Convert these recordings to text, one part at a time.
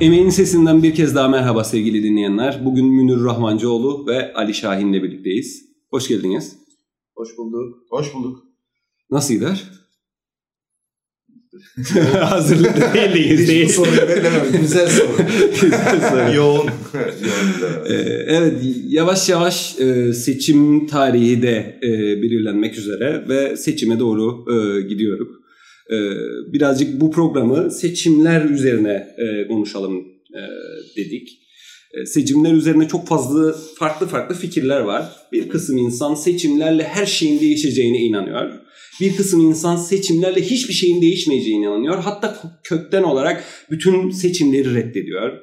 Emeğin Sesinden bir kez daha merhaba sevgili dinleyenler. Bugün Münir Rahmancıoğlu ve Ali Şahin'le birlikteyiz. Hoş geldiniz. Hoş bulduk. Hoş bulduk. Nasıl gider? Hazırlıklı değiliz. Hiç bu soruyu beklemem. Güzel soru. Güzel soru. Yoğun. Evet, yavaş yavaş seçim tarihi de belirlenmek üzere ve seçime doğru gidiyoruz. Birazcık bu programı seçimler üzerine konuşalım dedik. Seçimler üzerine çok fazla farklı fikirler var. Bir kısım insan seçimlerle her şeyin değişeceğine inanıyor. Bir kısım insan seçimlerle hiçbir şeyin değişmeyeceğine inanıyor. Hatta kökten olarak bütün seçimleri reddediyor.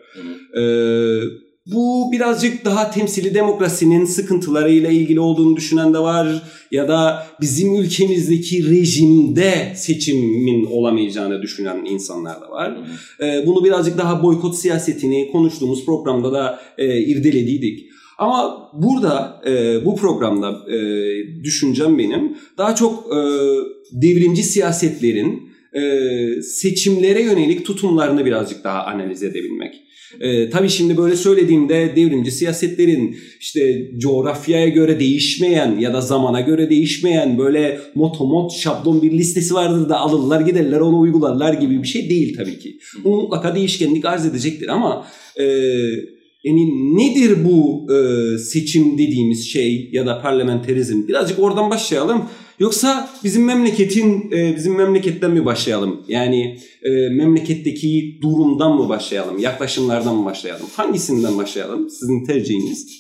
Bu birazcık daha temsili demokrasinin sıkıntılarıyla ilgili olduğunu düşünen de var. Ya da bizim ülkemizdeki rejimde seçimin olamayacağını düşünen insanlar da var. Bunu birazcık daha boykot siyasetini konuştuğumuz programda da irdelediydik. Ama burada bu programda düşüncem benim daha çok devrimci siyasetlerin seçimlere yönelik tutumlarını birazcık daha analiz edebilmek. Tabii şimdi böyle söylediğimde devrimci siyasetlerin işte coğrafyaya göre değişmeyen ya da zamana göre değişmeyen böyle motomot şablon bir listesi vardır da alırlar giderler onu uygularlar gibi bir şey değil tabii ki. Bu mutlaka değişkenlik arz edecektir ama yani nedir bu seçim dediğimiz şey ya da parlamenterizm? Birazcık oradan başlayalım. Yoksa bizim memleketten mi başlayalım? Yani memleketteki durumdan mı başlayalım? Yaklaşımlardan mı başlayalım? Hangisinden başlayalım? Sizin tercihiniz?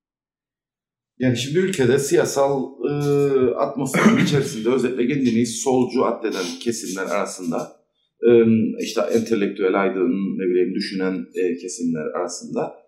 Yani şimdi ülkede siyasal atmosferin içerisinde özellikle kendini solcu addeden kesimler arasında işte entelektüel aydın, ne bileyim düşünen kesimler arasında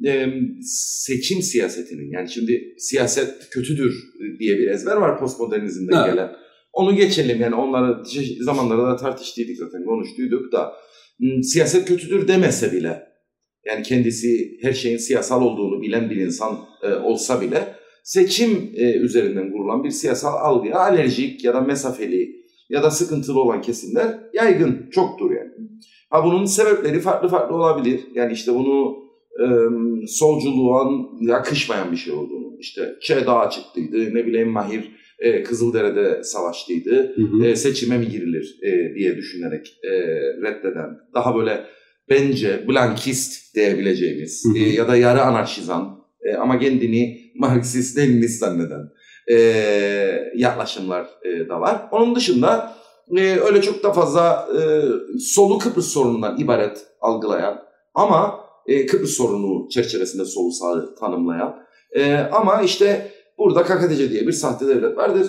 seçim siyasetinin, yani şimdi siyaset kötüdür diye bir ezber var postmodernizmden gelen. Onu geçelim, yani onları zamanlarda da tartıştıydık zaten, konuştuyduk da siyaset kötüdür demese bile, yani kendisi her şeyin siyasal olduğunu bilen bir insan olsa bile seçim üzerinden kurulan bir siyasal algıya alerjik ya da mesafeli ya da sıkıntılı olan kesimler yaygın, çoktur yani. Bunun sebepleri farklı olabilir. Yani işte bunu solculuğa yakışmayan bir şey olduğunu, işte ÇDA çıktıydı, ne bileyim Mahir Kızıldere'de savaştıydı, seçime mi girilir diye düşünerek reddeden, daha böyle bence blankist diyebileceğimiz ya da yarı anarşizan ama kendini Marksist-Leninist zanneden yaklaşımlar da var. Onun dışında öyle çok da fazla solu Kıbrıs sorunundan ibaret algılayan ama Kıbrıs sorunu çerçevesinde solu sağı tanımlayan ama işte burada KKTC diye bir sahte devlet vardır.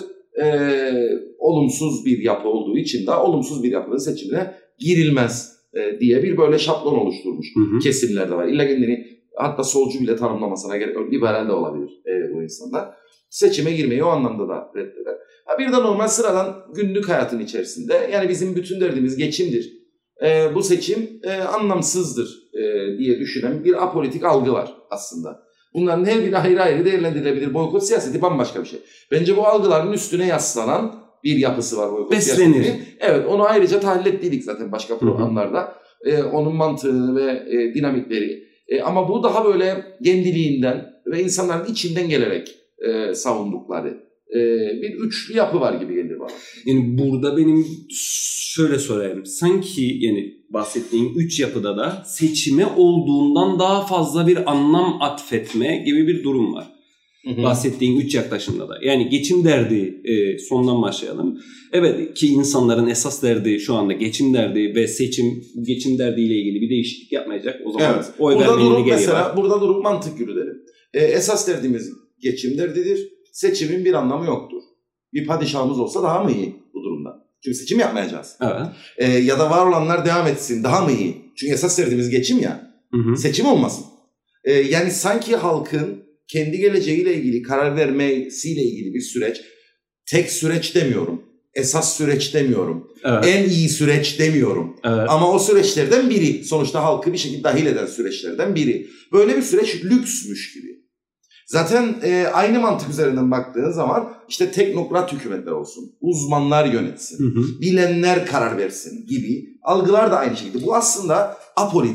Olumsuz bir yapı olduğu için de olumsuz bir yapının seçimine girilmez diye bir böyle şablon oluşturmuş kesimler de var. İlla kendini hatta solcu bile tanımlamasına gerek yok. Liberal de olabilir bu insanlar. Seçime girmeyi o anlamda da reddeder. Bir de normal sıradan günlük hayatın içerisinde, yani bizim bütün derdimiz geçimdir. Bu seçim anlamsızdır diye düşünen bir apolitik algı var aslında. Bunların her biri ayrı değerlendirilebilir. Boykot siyaseti bambaşka bir şey. Bence bu algıların üstüne yaslanan bir yapısı var boykot siyasetinin. Evet, onu ayrıca tahlil ettiydik zaten başka programlarda. Onun mantığını ve dinamikleri. Ama bu daha böyle kendiliğinden ve insanların içinden gelerek savundukları bir üçlü yapı var gibi gelir bana. Yani burada benim şöyle sorayım. Sanki yani bahsettiğin üç yapıda da seçime olduğundan daha fazla bir anlam atfetme gibi bir durum var. Bahsettiğin üç yaklaşımda da. Yani geçim derdi, sondan başlayalım. Evet ki insanların esas derdi şu anda geçim derdi ve seçim geçim derdiyle ilgili bir değişiklik yapmayacak. O zaman evet. Oy vermenin gereği var. Burada durup mantık yürütelim. Esas derdimiz geçim derdidir. Seçimin bir anlamı yoktur. Bir padişahımız olsa daha mı iyi bu durumda? Çünkü seçim yapmayacağız. Evet. Ya da var olanlar devam etsin, daha mı iyi? Çünkü esas derdimiz geçim ya. Seçim olmasın. Yani sanki halkın kendi geleceğiyle ilgili karar vermesiyle ilgili bir süreç, tek süreç demiyorum, esas süreç demiyorum, en iyi süreç demiyorum. Ama o süreçlerden biri, sonuçta halkı bir şekilde dahil eden süreçlerden biri. Böyle bir süreç lüksmüş gibi. Zaten aynı mantık üzerinden baktığın zaman işte teknokrat hükümetler olsun, uzmanlar yönetsin, bilenler karar versin gibi algılar da aynı şekilde. Bu aslında apolitik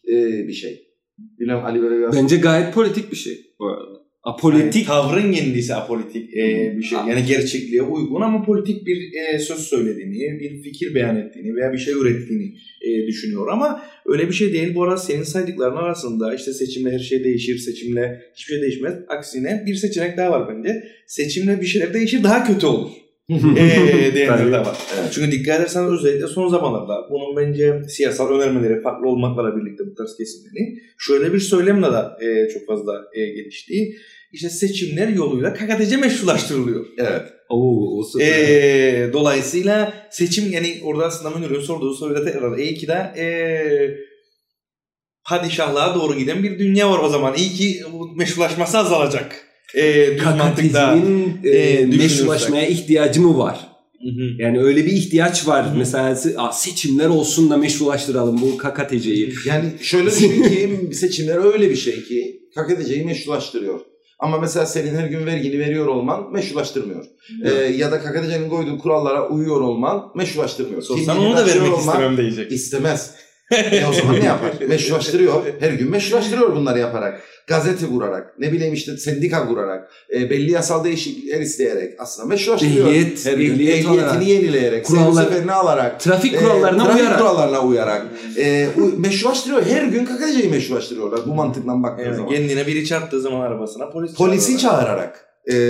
bir şey. Bilmem Ali böyle biraz... Bence gayet politik bir şey bu arada. Apolitik. Yani tavrın kendisi apolitik bir şey. Yani gerçekliğe uygun ama politik bir söz söylediğini, bir fikir beyan ettiğini veya bir şey ürettiğini düşünüyor. Ama öyle bir şey değil. Bu arada senin saydıkların arasında işte seçimle her şey değişir, seçimle hiçbir şey değişmez. Aksine bir seçenek daha var bence. Seçimle bir şeyler değişir, daha kötü olur. Diyenler de var. Evet. Çünkü dikkat ederseniz özellikle son zamanlarda bunun bence siyasal önermeleri farklı olmakla birlikte bu tarz kesimleri şöyle bir söylemle de çok fazla gelişti. İşte seçimler yoluyla KKTC meşrulaştırılıyor. Evet. Dolayısıyla seçim yani orada aslında Münir'in sorduğu soruda tekrar iyi ki de padişahlığa doğru giden bir dünya var o zaman. İyi ki meşrulaşması azalacak. KKTC'nin meşrulaşmaya ihtiyacı mı var? Hı-hı. Yani öyle bir ihtiyaç var. Hı-hı. Mesela seçimler olsun da meşrulaştıralım bu KKTC'yi. Yani şöyle düşün ki seçimler öyle bir şey ki KKTC'yi meşrulaştırıyor. Ama mesela senin her gün vergini veriyor olman meşrulaştırmıyor. Ya da KKTC'nin koyduğu kurallara uyuyor olman meşrulaştırmıyor. Sorsan onu da vermek istemem diyecek. İstemez. O zaman ne yapar? Meşrulaştırıyor. Her gün meşrulaştırıyor bunları yaparak. Gazete kurarak, ne bileyim işte sendika kurarak, belli yasal değişiklikler isteyerek aslında meşrulaştırıyor. Ehliyetini yenileyerek, seferini alarak, trafik kurallarına uyarak meşrulaştırıyor. Her gün KKTC'yi meşrulaştırıyorlar bu mantıkla baktığınız zaman. Kendine biri çarptığı zaman arabasına polisi çağırarak.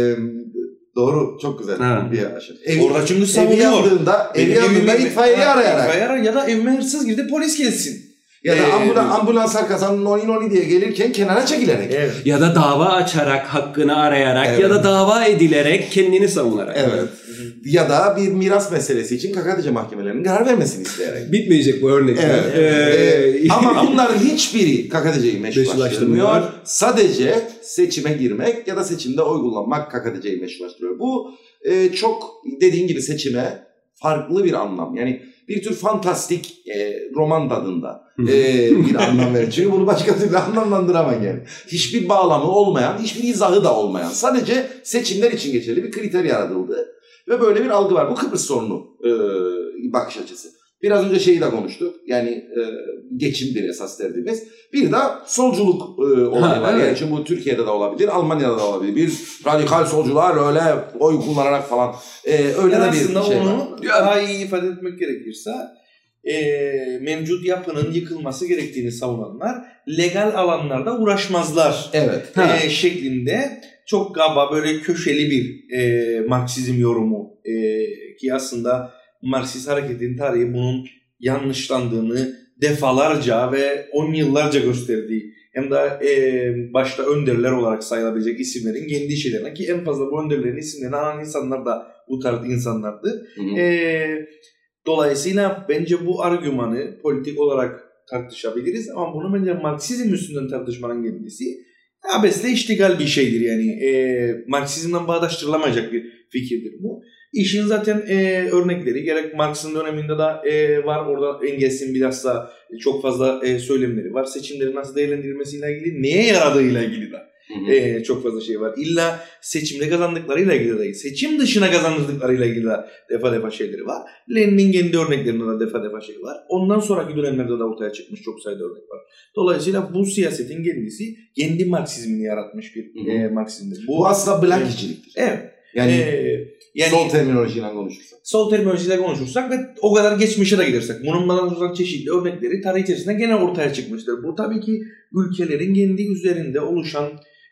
Doğru, çok güzel bir aşırı. Orada çünkü evi yandığında itfaiyeyi arayarak. Ya da evime hırsız girdi, polis gelsin. Ya da ambulans arkasından noni diye gelirken kenara çekilerek. Evet. Ya da dava açarak, hakkını arayarak, evet. Ya da dava edilerek, kendini savunarak. Evet. Ya da bir miras meselesi için KKTC mahkemelerinin karar vermesini isteyerek. Bitmeyecek bu örnek. Evet. Ama bunların hiçbiri KKTC'yi meşrulaştırmıyor. Sadece seçime girmek ya da seçimde oy kullanmak KKTC'yi meşrulaştırıyor. Bu çok dediğin gibi seçime farklı bir anlam. Yani bir tür fantastik roman tadında bir anlam verir. Çünkü bunu başka türlü anlamlandıramam yani. Hiçbir bağlamı olmayan, hiçbir izahı da olmayan. Sadece seçimler için geçerli bir kriter yaratıldı. Ve böyle bir algı var. Bu Kıbrıs sorunu bakış açısı. Biraz önce şeyi de konuştuk. Yani geçimdir esas derdimiz. Bir de solculuk olayı var. Yani çünkü bu Türkiye'de de olabilir, Almanya'da da olabilir. Bir radikal solcular öyle oy kullanarak falan öyle de bir şey var. Aslında onu daha iyi ifade etmek gerekirse mevcut yapının yıkılması gerektiğini savunanlar legal alanlarda uğraşmazlar şeklinde çok galiba böyle köşeli bir Marksizm yorumu ki aslında Marksist hareketin tarihi bunun yanlışlandığını defalarca ve 10 yıllarca gösterdiği hem de başta önderler olarak sayılabilecek isimlerin kendi işlerine ki en fazla bu önderlerin isimlerini alan insanlar da bu tarz insanlardı. Dolayısıyla bence bu argümanı politik olarak tartışabiliriz ama bunu bence Marksizm üstünden tartışmanın kendisi abesle iştigal bir şeydir yani Marksizmden bağdaştırılamayacak bir fikirdir bu. İşin zaten örnekleri gerek Marx'ın döneminde de var. Orada Engels'in bilhassa çok fazla söylemleri var. Seçimlerin nasıl değerlendirilmesiyle ilgili, neye yaradığıyla ilgili de çok fazla şey var. İlla seçimde kazandıklarıyla ilgili değil. Seçim dışına kazandırdıklarıyla ilgili de defa şeyleri var. Lenin'in kendi örneklerinde de defa şey var. Ondan sonraki dönemlerde de ortaya çıkmış çok sayıda örnek var. Dolayısıyla bu siyasetin kendisi kendi Marksizmini yaratmış bir Marksizmdir. Bu aslında Blankiçiliktir. Evet. Yani sol terminolojiyle konuşursak ve o kadar geçmişe de gidersek bunun bana çeşitli örnekleri tarih içerisinde gene ortaya çıkmıştır. Bu tabii ki ülkelerin kendi üzerinde oluşan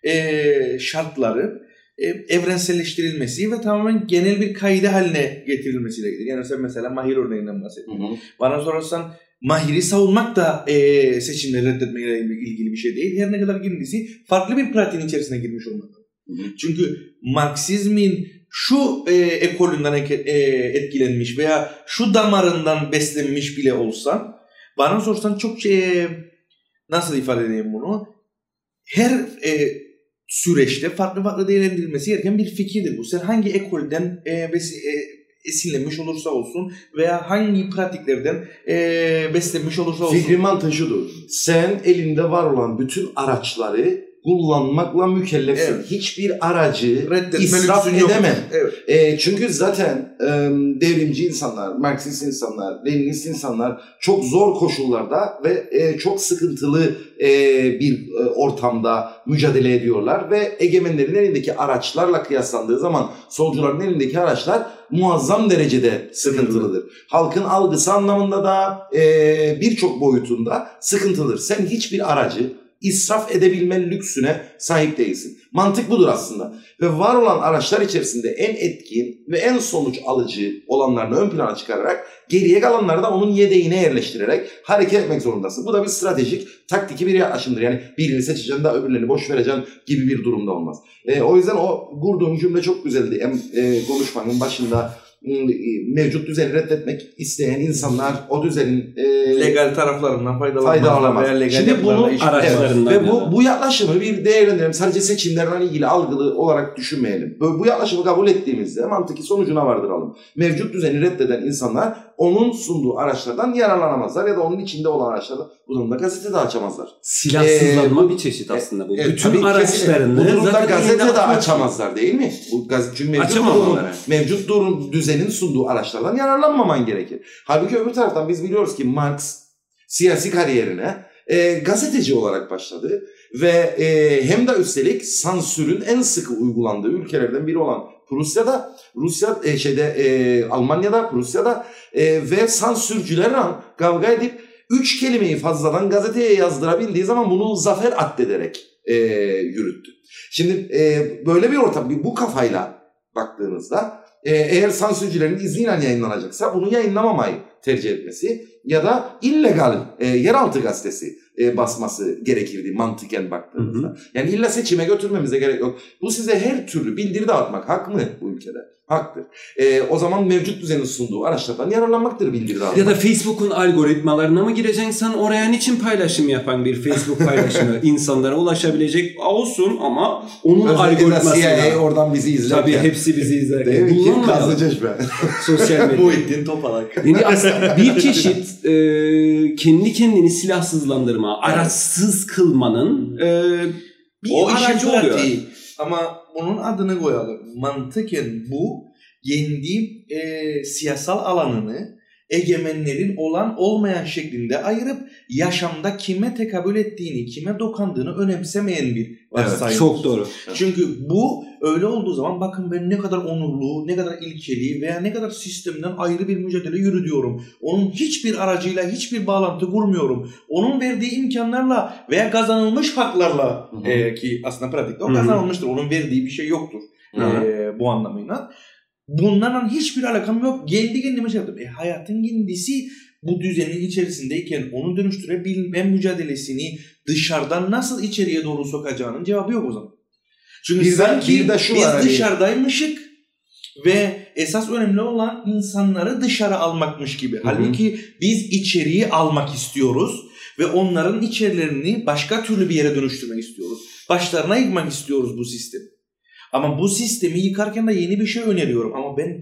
şartları evrenselleştirilmesi ve tamamen genel bir kaide haline getirilmesiyle ilgili. Yani sen mesela Mahir örneğinden bahsettin. Bana sorarsan Mahir'i savunmak da seçimleri reddetmeyle ilgili bir şey değil. Her ne kadar kendisi farklı bir pratiğin içerisine girmiş olmalı. Çünkü Marksizmin şu ekolünden etkilenmiş veya şu damarından beslenmiş bile olsan bana sorsan çok nasıl ifade edeyim bunu? Her süreçte farklı değerlendirilmesi gereken bir fikirdir bu. Sen hangi ekolden esinlenmiş olursa olsun veya hangi pratiklerden beslenmiş olursa olsun. Fikrin mantığı şudur. Sen elinde var olan bütün araçları kullanmakla mükellefsin. Evet. Hiçbir aracı Reddetme israf lüksün yok. edemem. Evet. Çünkü zaten devrimci insanlar, Marksist insanlar, Leninist insanlar çok zor koşullarda ve çok sıkıntılı bir ortamda mücadele ediyorlar ve egemenlerin elindeki araçlarla kıyaslandığı zaman solcuların elindeki araçlar muazzam derecede sıkıntılıdır. Halkın algısı anlamında da birçok boyutunda sıkıntılıdır. Sen hiçbir aracı israf edebilme lüksüne sahip değilsin. Mantık budur aslında. Ve var olan araçlar içerisinde en etkin ve en sonuç alıcı olanlarını ön plana çıkararak geriye kalanları da onun yedeğine yerleştirerek hareket etmek zorundasın. Bu da bir stratejik, taktiki bir yaklaşımdır. Yani birini seçeceksin de öbürlerini boş vereceksin gibi bir durumda olmaz. O yüzden o kurduğum cümle çok güzeldi. Konuşmanın başında mevcut düzeni reddetmek isteyen insanlar o düzenin legal taraflarından faydalanmaz. Şimdi bunu araçlarından ve bu yaklaşımı bir değerlendirelim. Sadece seçimlerle ilgili algılı olarak düşünmeyelim. Bu yaklaşımı kabul ettiğimizde mantıki sonucuna vardıralım. Mevcut düzeni reddeden insanlar onun sunduğu araçlardan yararlanamazlar ya da onun içinde olan araçlardan bu durumda gazete de açamazlar. Silahsızlanma bir çeşit aslında bu. Bütün araçlarını bu durumda zaten gazete de açamazlar değil mi? Çünkü mevcut düzenin sunduğu araçlardan yararlanmaman gerekir. Halbuki öbür taraftan biz biliyoruz ki Marx siyasi kariyerine gazeteci olarak başladı ve hem de üstelik sansürün en sıkı uygulandığı ülkelerden biri olan Almanya'da, Prusya'da ve sansürcülerle kavga edip 3 kelimeyi fazladan gazeteye yazdırabildiği zaman bunu zafer addederek yürüttü. Şimdi böyle bir ortam, bu kafayla baktığınızda eğer sansürcülerin izniyle yayınlanacaksa bunu yayınlamamayı tercih etmesi ya da illegal yeraltı gazetesi basması gerekirdi mantıken baktığımızda. Hı hı. Yani illa seçime götürmemize gerek yok. Bu size her türlü bildiri dağıtmak hak mı bu ülkede? Haktır. O zaman mevcut düzenin sunduğu araçlardan yararlanmaktır bildiri dağıtmak. Ya da Facebook'un algoritmalarına mı gireceksin sen, oraya niçin paylaşım yapan bir Facebook paylaşımı insanlara ulaşabilecek olsun ama onun algoritması. CIA oradan bizi izlerken. Tabii hepsi bizi izlerken. Değil mi? Kim kazıcı be? Sosyal medya. Muhittin Topalak. Yani aslında bir çeşit kendi kendini silahsızlandırma, araçsız kılmanın bir o aracı oluyor. Ama bunun adını koyalım. Mantıken bu kendi siyasal alanını egemenlerin olan olmayan şeklinde ayırıp yaşamda kime tekabül ettiğini, kime dokandığını önemsemeyen bir varsayım. Evet, çok doğru. Çünkü bu öyle olduğu zaman bakın ben ne kadar onurlu, ne kadar ilkeli veya ne kadar sistemden ayrı bir mücadele yürüyorum. Onun hiçbir aracıyla hiçbir bağlantı kurmuyorum. Onun verdiği imkanlarla veya kazanılmış haklarla ki aslında pratikte o kazanılmıştır. Onun verdiği bir şey yoktur bu anlamıyla. Bunlarla hiçbir alakam yok. Kendi kendime şey yaptım. Hayatın kendisi bu düzenin içerisindeyken onu dönüştürebilme mücadelesini dışarıdan nasıl içeriye doğru sokacağının cevabı yok o zaman. Çünkü sanki biz dışarıdaymışık ve esas önemli olan insanları dışarı almakmış gibi. Halbuki biz içeriği almak istiyoruz ve onların içerilerini başka türlü bir yere dönüştürmek istiyoruz. Başlarına yıkmak istiyoruz bu sistemi. Ama bu sistemi yıkarken de yeni bir şey öneriyorum. Ama ben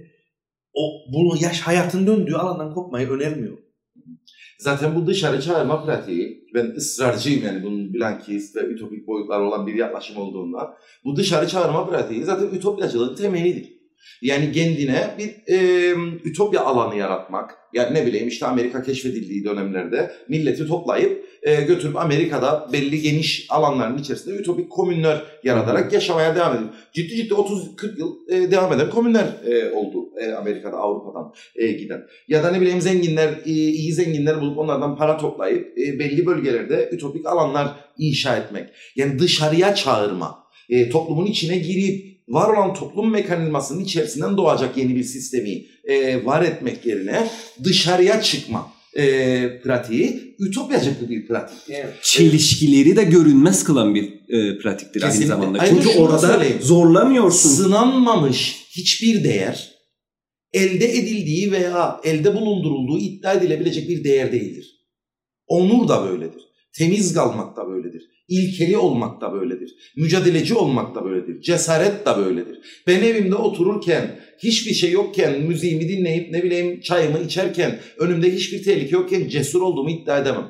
bunu hayatın döndüğü alandan kopmayı önermiyorum. Zaten bu dışarı çağırma pratiği, ben ısrarcıyım yani bunun blankist ve ütopik boyutları olan bir yaklaşım olduğundan. Bu dışarı çağırma pratiği zaten ütopyacılığın temelidir. Yani kendine bir ütopya alanı yaratmak. Yani ne bileyim işte Amerika keşfedildiği dönemlerde milleti toplayıp götürüp Amerika'da belli geniş alanların içerisinde ütopik komünler yaratarak yaşamaya devam ediyor. Ciddi 30-40 yıl devam eden komünler oldu Amerika'da, Avrupa'dan giden. Ya da ne bileyim iyi zenginler bulup onlardan para toplayıp belli bölgelerde ütopik alanlar inşa etmek. Yani dışarıya çağırma, toplumun içine girip var olan toplum mekanizmasının içerisinden doğacak yeni bir sistemi var etmek yerine dışarıya çıkma pratiği ütopyacı bir pratik. Evet. Çelişkileri de görünmez kılan bir pratiktir kesinlikle. Aynı zamanda. Çünkü orada zorlamıyorsun. Sınanmamış hiçbir değer elde edildiği veya elde bulundurulduğu iddia edilebilecek bir değer değildir. Onur da böyledir. Temiz kalmak da böyledir. İlkeli olmak da böyledir. Mücadeleci olmak da böyledir. Cesaret de böyledir. Ben evimde otururken, hiçbir şey yokken, müziğimi dinleyip ne bileyim çayımı içerken, önümde hiçbir tehlike yokken cesur olduğumu iddia edemem.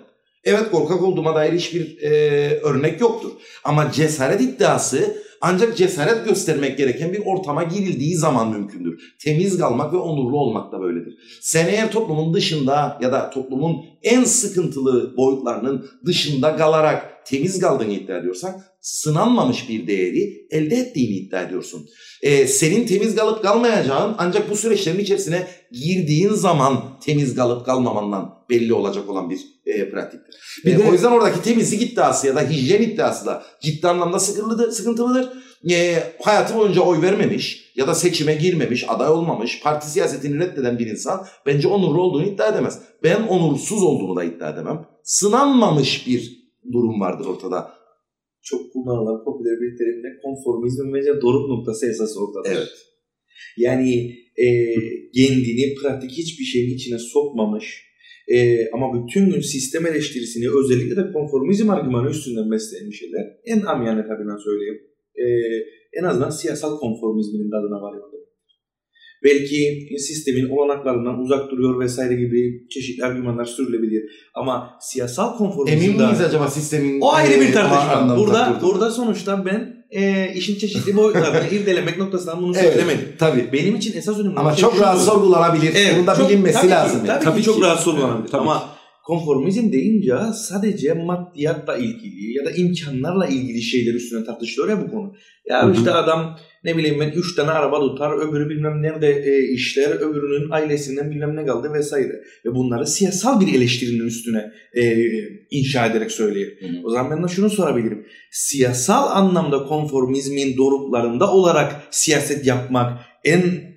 Evet, korkak olduğuma dair hiçbir örnek yoktur. Ama cesaret iddiası ancak cesaret göstermek gereken bir ortama girildiği zaman mümkündür. Temiz kalmak ve onurlu olmak da böyledir. Sen eğer toplumun dışında ya da toplumun en sıkıntılı boyutlarının dışında kalarak temiz kaldığını iddia ediyorsan, sınanmamış bir değeri elde ettiğini iddia ediyorsun. Senin temiz kalıp kalmayacağın ancak bu süreçlerin içerisine girdiğin zaman temiz kalıp kalmamandan belli olacak olan bir pratiktir. O yüzden oradaki temizlik iddiası ya da hijyen iddiası da ciddi anlamda sıkıntılıdır. Hayatı boyunca oy vermemiş ya da seçime girmemiş, aday olmamış, parti siyasetini reddeden bir insan bence onurlu olduğunu iddia edemez. Ben onursuz olduğunu da iddia edemem. Sınanmamış bir durum vardır ortada. Çok kullanılan popüler bir terimle konformizm bence doruk noktası esas ortada. Evet. Yani kendini pratik hiçbir şeyin içine sokmamış ama bütün gün sistem eleştirisini özellikle de konformizm argümanı üstünden besleyen şeyler. En amiyane tabinden söyleyeyim. En azından siyasal konformizmin tadına varıyor. Belki sistemin olanaklarından uzak duruyor vesaire gibi çeşitli argümanlar sürülebilir. Ama siyasal konformizm... Emin miyiz acaba sistemin... O ayrı bir tartışma. Burada sonuçta ben işin çeşitli boyutlarını irdelemek noktasından bunu söylemedim. Tabii. Benim için esas önemli. Ama çok rahat sorgulanabilir. Evet, bunun da bilinmesi lazım. Tabii ki çok rahat sorgulanabilir. Ama konformizm deyince sadece maddiyatla ilgili ya da imkanlarla ilgili şeyler üstüne tartışılıyor ya bu konu. Ya işte adam ne bileyim ben 3 tane araba tutar, öbürü bilmem nerede işler, öbürünün ailesinden bilmem ne kaldı vesaire. Ve bunları siyasal bir eleştirinin üstüne inşa ederek söyleyeyim. O zaman ben de şunu sorabilirim. Siyasal anlamda konformizmin doruklarında olarak siyaset yapmak en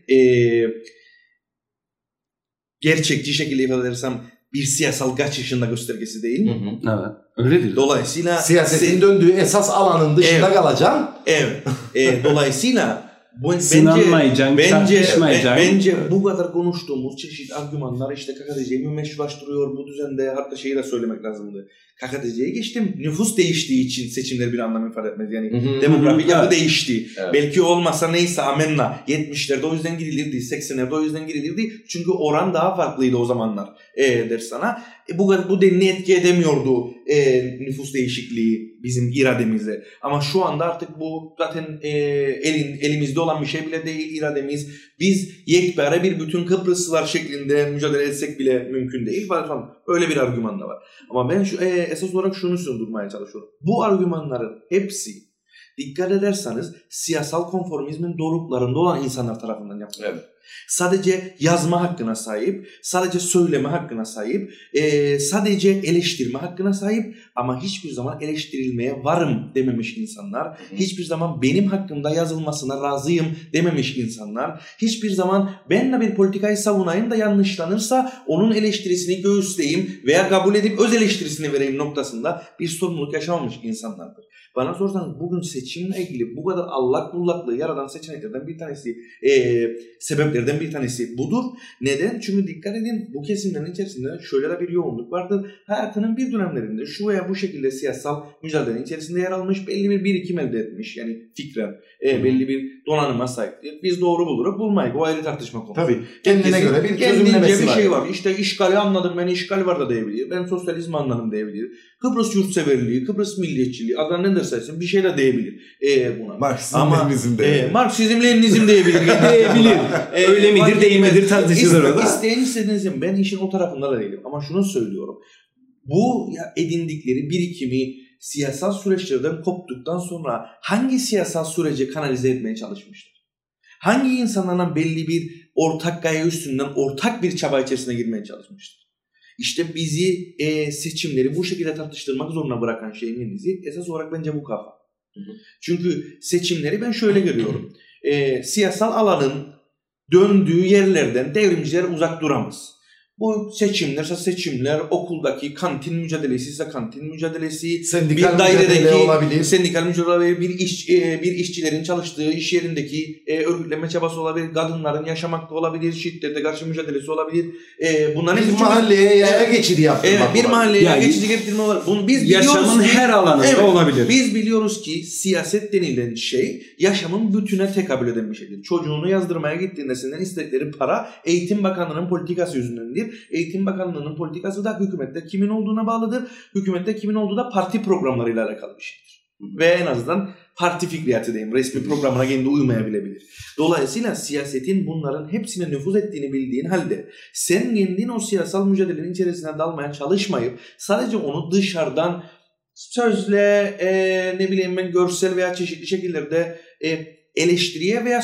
gerçekçi şekilde ifade edersem bir siyasal kaçışın da göstergesi değil mi? Evet. Öyledir. Dolayısıyla siyasetin döndüğü esas alanın dışında kalacaksın. Evet. Dolayısıyla bence bu kadar konuştuğumuz çeşitli argümanlar işte KKTC'yi meşrulaştırıyor bu düzende. Hatta şeyi de söylemek lazımdı. KKTC'ye geçtim. Nüfus değiştiği için seçimler bir anlam ifade etmez. Yani demografik yapı değişti. Evet. Belki olmasa neyse amenna. 70'lerde o yüzden girilirdi. 80'lerde o yüzden girilirdi. Çünkü oran daha farklıydı o zamanlar der sana. Bu denli etki edemiyordu nüfus değişikliği bizim irademize. Ama şu anda artık bu zaten elimizde olan bir şey bile değil irademiz. Biz yekpare bir bütün Kıbrıslılar şeklinde mücadele etsek bile mümkün değil. Öyle bir argüman da var. Ama ben esas olarak şunu sürdürmeye çalışıyorum. Bu argümanların hepsi dikkat ederseniz siyasal konformizmin doruklarında olan insanlar tarafından yapılıyor. Evet. Sadece yazma hakkına sahip, sadece söyleme hakkına sahip, sadece eleştirme hakkına sahip ama hiçbir zaman eleştirilmeye varım dememiş insanlar, hiçbir zaman benim hakkımda yazılmasına razıyım dememiş insanlar, hiçbir zaman benle bir politikayı savunayım da yanlışlanırsa onun eleştirisini göğüsleyeyim veya kabul edip öz eleştirisini vereyim noktasında bir sorumluluk yaşamamış insanlardır. Bana sorsanız bugün seçimle ilgili bu kadar allak bullaklığı yaratan seçeneklerden bir tanesi, sebeplerden bir tanesi budur. Neden? Çünkü dikkat edin bu kesimlerin içerisinde şöyle de bir yoğunluk vardır. Hayatının bir dönemlerinde şu veya bu şekilde siyasal mücadelenin içerisinde yer almış, belli bir birikim elde etmiş. Yani fikren belli bir donanıma sahiptir. Biz doğru buluruz, bulmayız. O ayrı tartışma konusu. Tabii. Kendine göre bir çözümlemesi bir şey var. İşte işgali anladım ben, işgal var da diyebilir. Ben sosyalizmi anladım diyebilir. Kıbrıs yurtseverliği, Kıbrıs milliyetçiliği, adına ne dersen bir şey de diyebilir buna. Marksizm de. Marksizm, Leninizm diyebilir. Diyebilir. Öyle midir değil midir tartışılır o da. İsteyen istediğinizin ben işin o tarafında da değilim. Ama şunu söylüyorum. Bu edindikleri birikimi siyasal süreçlerden koptuktan sonra hangi siyasal süreci kanalize etmeye çalışmışlar? Hangi insanlarla belli bir ortak gaye üstünden ortak bir çaba içerisine girmeye çalışmışlar? İşte bizi seçimleri bu şekilde tartıştırmak zorunda bırakan şeyin bizi esas olarak bence bu kafa. Çünkü seçimleri ben şöyle görüyorum. Siyasal alanın döndüğü yerlerden devrimciler uzak duramaz. Bu seçimler, okuldaki kantin mücadelesi ise kantin mücadelesi, sendikal bir dairedeki olabilir. Sendikal mücadele olabilir, bir işçilerin çalıştığı iş yerindeki örgütlenme çabası olabilir, kadınların yaşamakta olabilir, şiddete karşı mücadelesi olabilir. Bunların bir mahalleye yaya geçidi yaptırmak. Evet, bir mahalleye yaya geçidi getirme olabilir. Bunu biz yaşamın her alanında olabilir. Biz biliyoruz ki siyaset denilen şey yaşamın bütüne tekabül eden bir şeydir. Çocuğunu yazdırmaya gittiğinde senden istedikleri para Eğitim Bakanlığı'nın politikası yüzündendir. belirlidir. Eğitim Bakanlığı'nın politikası da hükümette kimin olduğuna bağlıdır. Hükümette kimin olduğu da parti programlarıyla alakalı bir şeydir. Ve en azından parti fikriyatı diyeyim. Resmi programına kendi uymayabilebilir. Dolayısıyla siyasetin bunların hepsine nüfuz ettiğini bildiğin halde sen kendin o siyasal mücadelenin içerisine dalmaya çalışmayıp sadece onu dışarıdan sözle ne bileyim ben görsel veya çeşitli şekillerde eleştiriye veya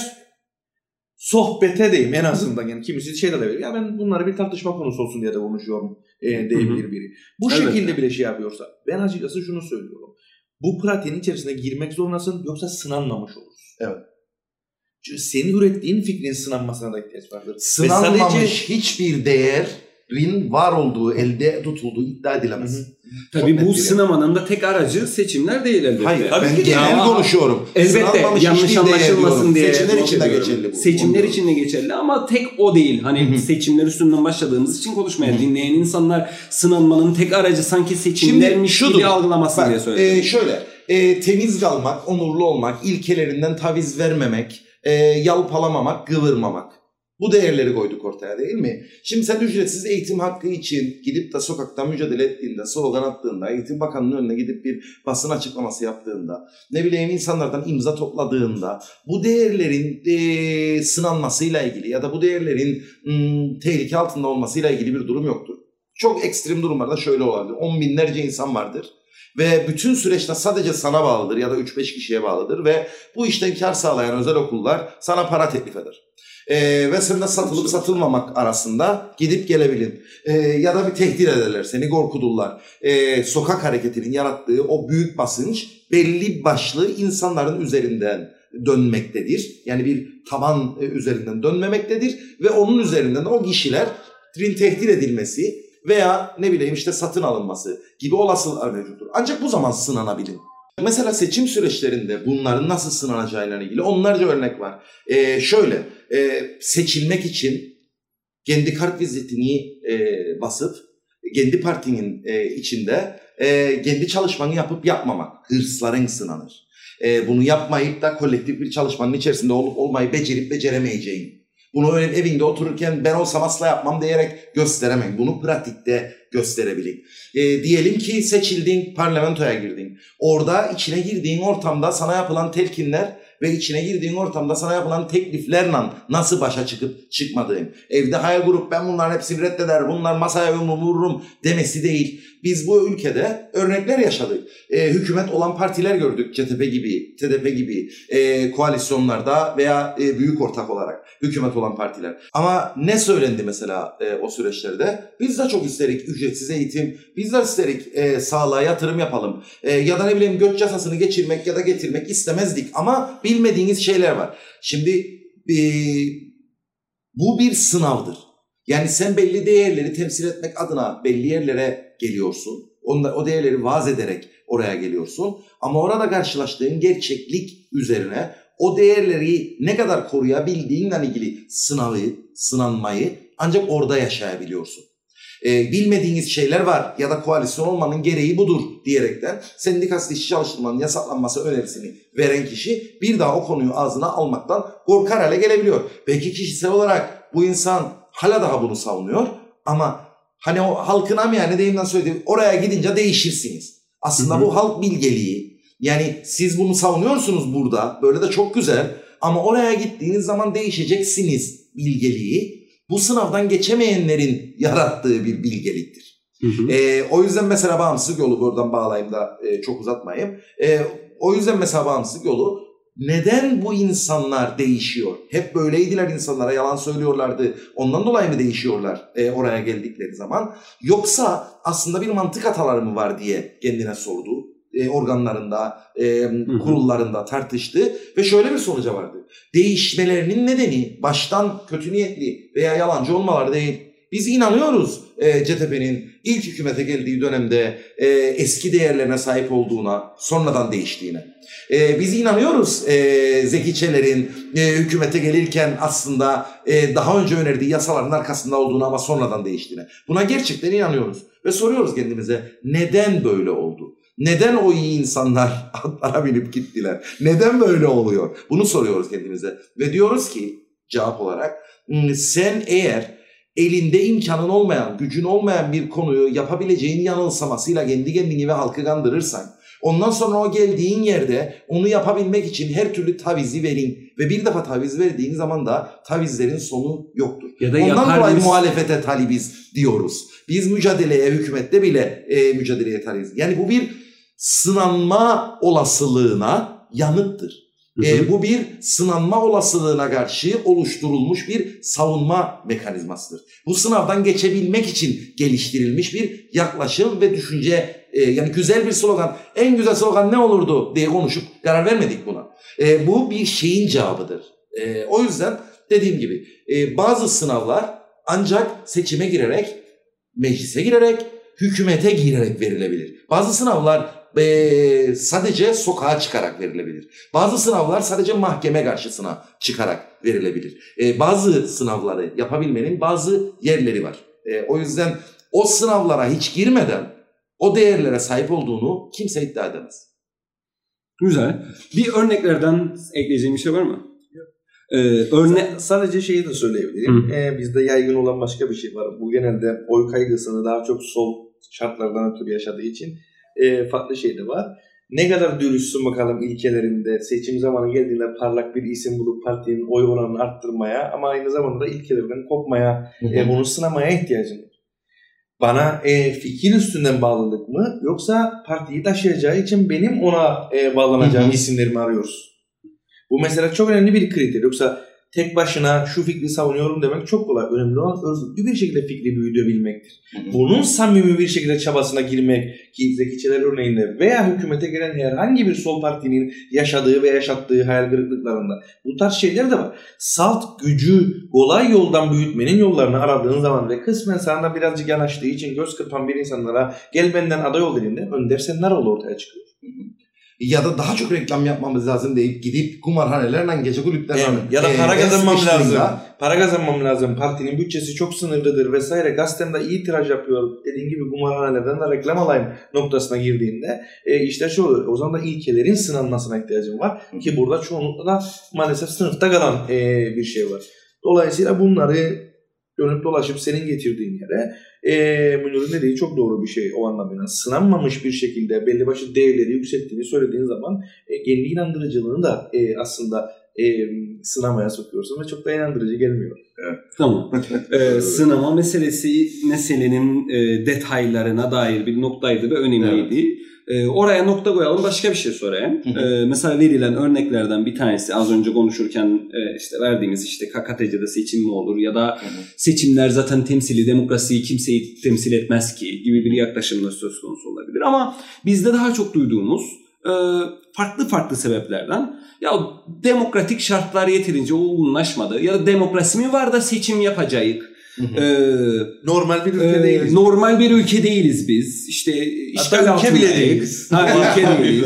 sohbete diyeyim en azından, yani kimisi şey de verir. Ya ben bunları bir tartışma konusu olsun diye de konuşuyorum diyebilir biri. Bu şekilde bile şey yapıyorsa ben açıkçası şunu söylüyorum. Bu pratiğin içerisine girmek zorundasın, yoksa sınanmamış olursun. Evet. Çünkü senin ürettiğin fikrin sınanmasına da ihtiyaç vardır. Sınanmamış hiçbir değerin var olduğu, elde tutulduğu iddia edilemez. Tabii bu sınamanın da tek aracı seçimler değil elbette. Hayır, ben genel konuşuyorum. Elbette yanlış anlaşılmasın diye. Seçimler için de geçerli bu. Seçimler için de geçerli ama tek o değil. Hani seçimler üstünden başladığımız için konuşmaya dinleyen insanlar sınanmanın tek aracı sanki seçimlermiş gibi algılamasın diye söylüyorum. Şöyle, temiz kalmak, onurlu olmak, ilkelerinden taviz vermemek, yalpalamamak, kıvırmamak. Bu değerleri koyduk ortaya, değil mi? Şimdi sen ücretsiz eğitim hakkı için gidip de sokakta mücadele ettiğinde, slogan attığında, Eğitim Bakanlığı'nın önüne gidip bir basın açıklaması yaptığında, ne bileyim insanlardan imza topladığında, bu değerlerin sınanmasıyla ilgili ya da bu değerlerin tehlike altında olmasıyla ilgili bir durum yoktur. Çok ekstrem durumlarda şöyle olabilir. 10 binlerce insan vardır. Ve bütün süreçte sadece sana bağlıdır ya da 3-5 kişiye bağlıdır ve bu işten kar sağlayan özel okullar sana para teklif eder. Ve seninle satılıp satılmamak arasında gidip gelebilin. Ya da bir tehdit ederler, seni korkuturlar. Sokak hareketinin yarattığı o büyük basınç belli başlı insanların üzerinden dönmektedir. Yani bir taban üzerinden dönmemektedir ve onun üzerinden o kişilerin tehdit edilmesi veya ne bileyim işte satın alınması gibi olasılıklar mevcuttur. Ancak bu zaman sınanabilin. Mesela seçim süreçlerinde bunların nasıl sınanacağıyla ilgili onlarca örnek var. Seçilmek için kendi kart vizitini basıp kendi partinin içinde kendi çalışmanı yapıp yapmamak, hırsların sınanır. Bunu yapmayıp da kolektif bir çalışmanın içerisinde olup olmayı becerip beceremeyeceğin. Bunu öyle evinde otururken ben olsam asla yapmam diyerek gösteremem. Bunu pratikte gösterebilin. Diyelim ki seçildin, parlamentoya girdin. Orada içine girdiğin ortamda sana yapılan telkinler ve içine girdiğin ortamda sana yapılan tekliflerle nasıl başa çıkıp çıkmadığın. Evde hayal kurup ben bunların hepsini reddeder, bunlar masaya vururum demesi değil. Biz bu ülkede örnekler yaşadık. Hükümet olan partiler gördük. CTP gibi, TDP gibi koalisyonlarda veya büyük ortak olarak hükümet olan partiler. Ama ne söylendi mesela o süreçlerde? Biz de çok isterik ücretsiz eğitim, biz de isterik sağlığa yatırım yapalım. Ya da ne bileyim göç yasasını geçirmek ya da getirmek istemezdik ama bilmediğiniz şeyler var. Şimdi bu bir sınavdır. Yani sen belli değerleri temsil etmek adına belli yerlere geliyorsun. O değerleri vaaz ederek oraya geliyorsun. Ama orada karşılaştığın gerçeklik üzerine o değerleri ne kadar koruyabildiğinle ilgili sınanmayı ancak orada yaşayabiliyorsun. Bilmediğiniz şeyler var ya da koalisyon olmanın gereği budur diyerekten sendikasyon işçi çalıştırmanın yasaklanması önerisini veren kişi bir daha o konuyu ağzına almaktan korkar hale gelebiliyor. Belki kişisel olarak bu insan hala daha bunu savunuyor ama hani o halkın amiyane deyimden söylediğim oraya gidince değişirsiniz. Aslında bu halk bilgeliği, yani siz bunu savunuyorsunuz burada, böyle de çok güzel ama oraya gittiğiniz zaman değişeceksiniz bilgeliği. Bu sınavdan geçemeyenlerin yarattığı bir bilgeliktir. O yüzden mesela bağımsızlık yolu, buradan bağlayayım da çok uzatmayayım. O yüzden mesela bağımsızlık yolu, neden bu insanlar değişiyor? Hep böyleydiler, insanlara yalan söylüyorlardı. Ondan dolayı mı değişiyorlar oraya geldikleri zaman? Yoksa aslında bir mantık hataları mı var diye kendine sordu. Organlarında, kurullarında tartıştı ve şöyle bir sonuca vardı. Değişmelerinin nedeni baştan kötü niyetli veya yalancı olmaları değil. Biz inanıyoruz CTP'nin ilk hükümete geldiği dönemde eski değerlerine sahip olduğuna, sonradan değiştiğine. Biz inanıyoruz Zeki Çeler'in hükümete gelirken aslında daha önce önerdiği yasaların arkasında olduğuna ama sonradan değiştiğine. Buna gerçekten inanıyoruz ve soruyoruz kendimize, neden böyle oldu? Neden o iyi insanlar atlara binip gittiler? Neden böyle oluyor? Bunu soruyoruz kendimize. Ve diyoruz ki cevap olarak sen eğer elinde imkanın olmayan, gücün olmayan bir konuyu yapabileceğin yanılsamasıyla kendi kendini ve halkı kandırırsan, ondan sonra o geldiğin yerde onu yapabilmek için her türlü tavizi verin ve bir defa taviz verdiğin zaman da tavizlerin sonu yoktur. Ya da ondan dolayı muhalefete talibiz diyoruz. Biz mücadeleye, hükümette bile mücadeleye talibiz. Yani bu bir sınanma olasılığına yanıttır. Bu bir sınanma olasılığına karşı oluşturulmuş bir savunma mekanizmasıdır. Bu sınavdan geçebilmek için geliştirilmiş bir yaklaşım ve düşünce, yani güzel bir slogan. En güzel slogan ne olurdu diye konuşup karar vermedik buna. Bu bir şeyin cevabıdır. O yüzden dediğim gibi bazı sınavlar ancak seçime girerek, meclise girerek, hükümete girerek verilebilir. Bazı sınavlar sadece sokağa çıkarak verilebilir. Bazı sınavlar sadece mahkeme karşısına çıkarak verilebilir. Bazı sınavları yapabilmenin bazı yerleri var. O yüzden o sınavlara hiç girmeden o değerlere sahip olduğunu kimse iddia edemez. Güzel. Bir örneklerden ekleyeceğim bir şey var mı? Sadece şeyi de söyleyebilirim. Bizde yaygın olan başka bir şey var. Bu genelde oy kaygısını daha çok sol şartlardan ötürü yaşadığı için farklı şey de var. Ne kadar dürüstsün bakalım ilkelerinde, seçim zamanı geldiğinde parlak bir isim bulup partinin oy oranını arttırmaya ama aynı zamanda ilkelerden kopmaya, bunu sınamaya ihtiyacın var. Bana fikir üstünden bağlılık mı yoksa partiyi taşıyacağı için benim ona bağlanacağım isimleri mi arıyoruz? Bu mesela çok önemli bir kriter. Yoksa tek başına şu fikri savunuyorum demek çok kolay. Önemli olan örgütlü bir şekilde fikri büyütebilmektir. Bunun samimi bir şekilde çabasına girmek ki Zeki Çeler örneğinde veya hükümete gelen herhangi bir sol partinin yaşadığı ve yaşattığı hayal kırıklıklarında bu tarz şeyler de var. Salt gücü kolay yoldan büyütmenin yollarını aradığın zaman ve kısmen sana birazcık yanaştığı için göz kırpan bir insanlara gel benden aday ol dediğinde Önder Sennaroğlu ortaya çıkıyor. Ya da daha çok reklam yapmamız lazım deyip gidip kumarhanelerle, gece kulüplerle ya da para kazanmam lazım. Para kazanmam lazım. Partinin bütçesi çok sınırlıdır vesaire. Gazetemde iyi tiraj yapıyor. Dediğin gibi kumarhanelerden de reklam alayım noktasına girdiğinde işte şu olur. O zaman da ilkelerin sınanmasına ihtiyacım var. Ki burada çoğunlukla da maalesef sınıfta kalan bir şey var. Dolayısıyla bunları dönüp dolaşıp senin getirdiğin yere Münir'in dediği çok doğru bir şey o anlamda. Sınanmamış bir şekilde belli başlı değerleri yükselttiğini söylediğin zaman kendi inandırıcılığını da aslında sınamaya sokuyorsun ve çok da inandırıcı gelmiyor. Evet. Tamam. Sınama meselenin detaylarına dair bir noktaydı ve önemliydi. Evet. Oraya nokta koyalım, başka bir şey sorayım. Mesela verilen örneklerden bir tanesi az önce konuşurken işte verdiğimiz işte KKTC'de seçim mi olur ya da seçimler zaten temsili demokrasiyi kimseyi temsil etmez ki gibi bir yaklaşımla söz konusu olabilir. Ama bizde daha çok duyduğumuz farklı sebeplerden ya demokratik şartlar yeterince olgunlaşmadı ya da demokrasi mi var da seçim yapacağız. Normal bir ülke değiliz. Normal bir ülke değiliz biz. İşte ülke bile değiliz. Ülke değiliz.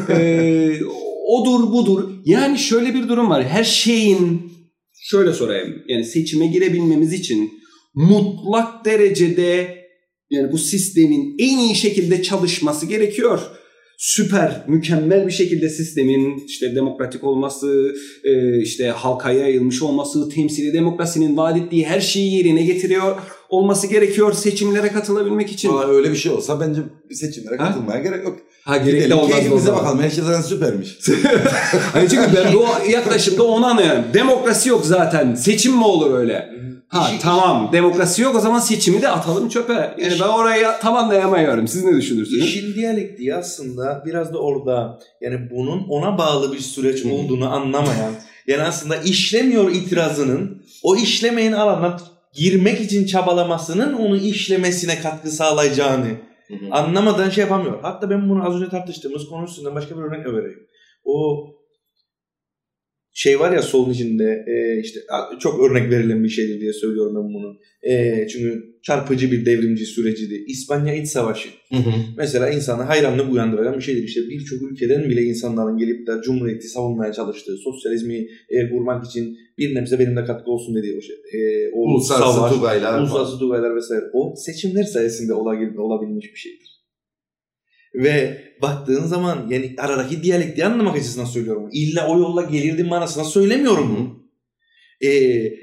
Odur budur. Yani şöyle bir durum var. Her şeyin şöyle sorayım. Yani seçime girebilmemiz için mutlak derecede yani bu sistemin en iyi şekilde çalışması gerekiyor. Süper, mükemmel bir şekilde sistemin işte demokratik olması, işte halka yayılmış olması, temsili demokrasinin vaat ettiği her şeyi yerine getiriyor olması gerekiyor seçimlere katılabilmek için. Öyle bir şey olsa bence seçimlere katılmaya gerek yok. Gerek de olmaz. Keyfimize bakalım. Her şey zaten süpermiş. Çünkü ben o yaklaşımda onu anlıyorum. Demokrasi yok zaten. Seçim mi olur öyle? Tamam. Demokrasi yok, o zaman seçimi de atalım çöpe. Yani ben oraya tam anlayamıyorum. Siz ne düşünürsünüz? İşin diyalektiği aslında biraz da orada. Yani bunun ona bağlı bir süreç olduğunu anlamayan. Yani aslında işlemiyor itirazının o işlemeyen alana girmek için çabalamasının onu işlemesine katkı sağlayacağını anlamadan şey yapamıyor. Hatta ben bunu az önce tartıştığımız konu üstünden başka bir örnek vereyim. O şey var ya solun içinde işte çok örnek verilen bir şeydir diye söylüyorum ben bunu. Çünkü çarpıcı bir devrimci sürecidir. İspanya İç Savaşı. Mesela insana hayranlık uyandıran bir şeydir. İşte birçok ülkeden bile insanların gelip de Cumhuriyeti savunmaya çalıştığı, sosyalizmi kurmak için bir nebze benim de katkı olsun dediği o şey. Uluslararası Tugaylar vesaire. O seçimler sayesinde olabilmiş bir şeydir. Ve baktığın zaman yani aradaki diyalektiği anlamak açısından söylüyorum. İlla o yolla gelirdim manasına söylemiyorum bunu.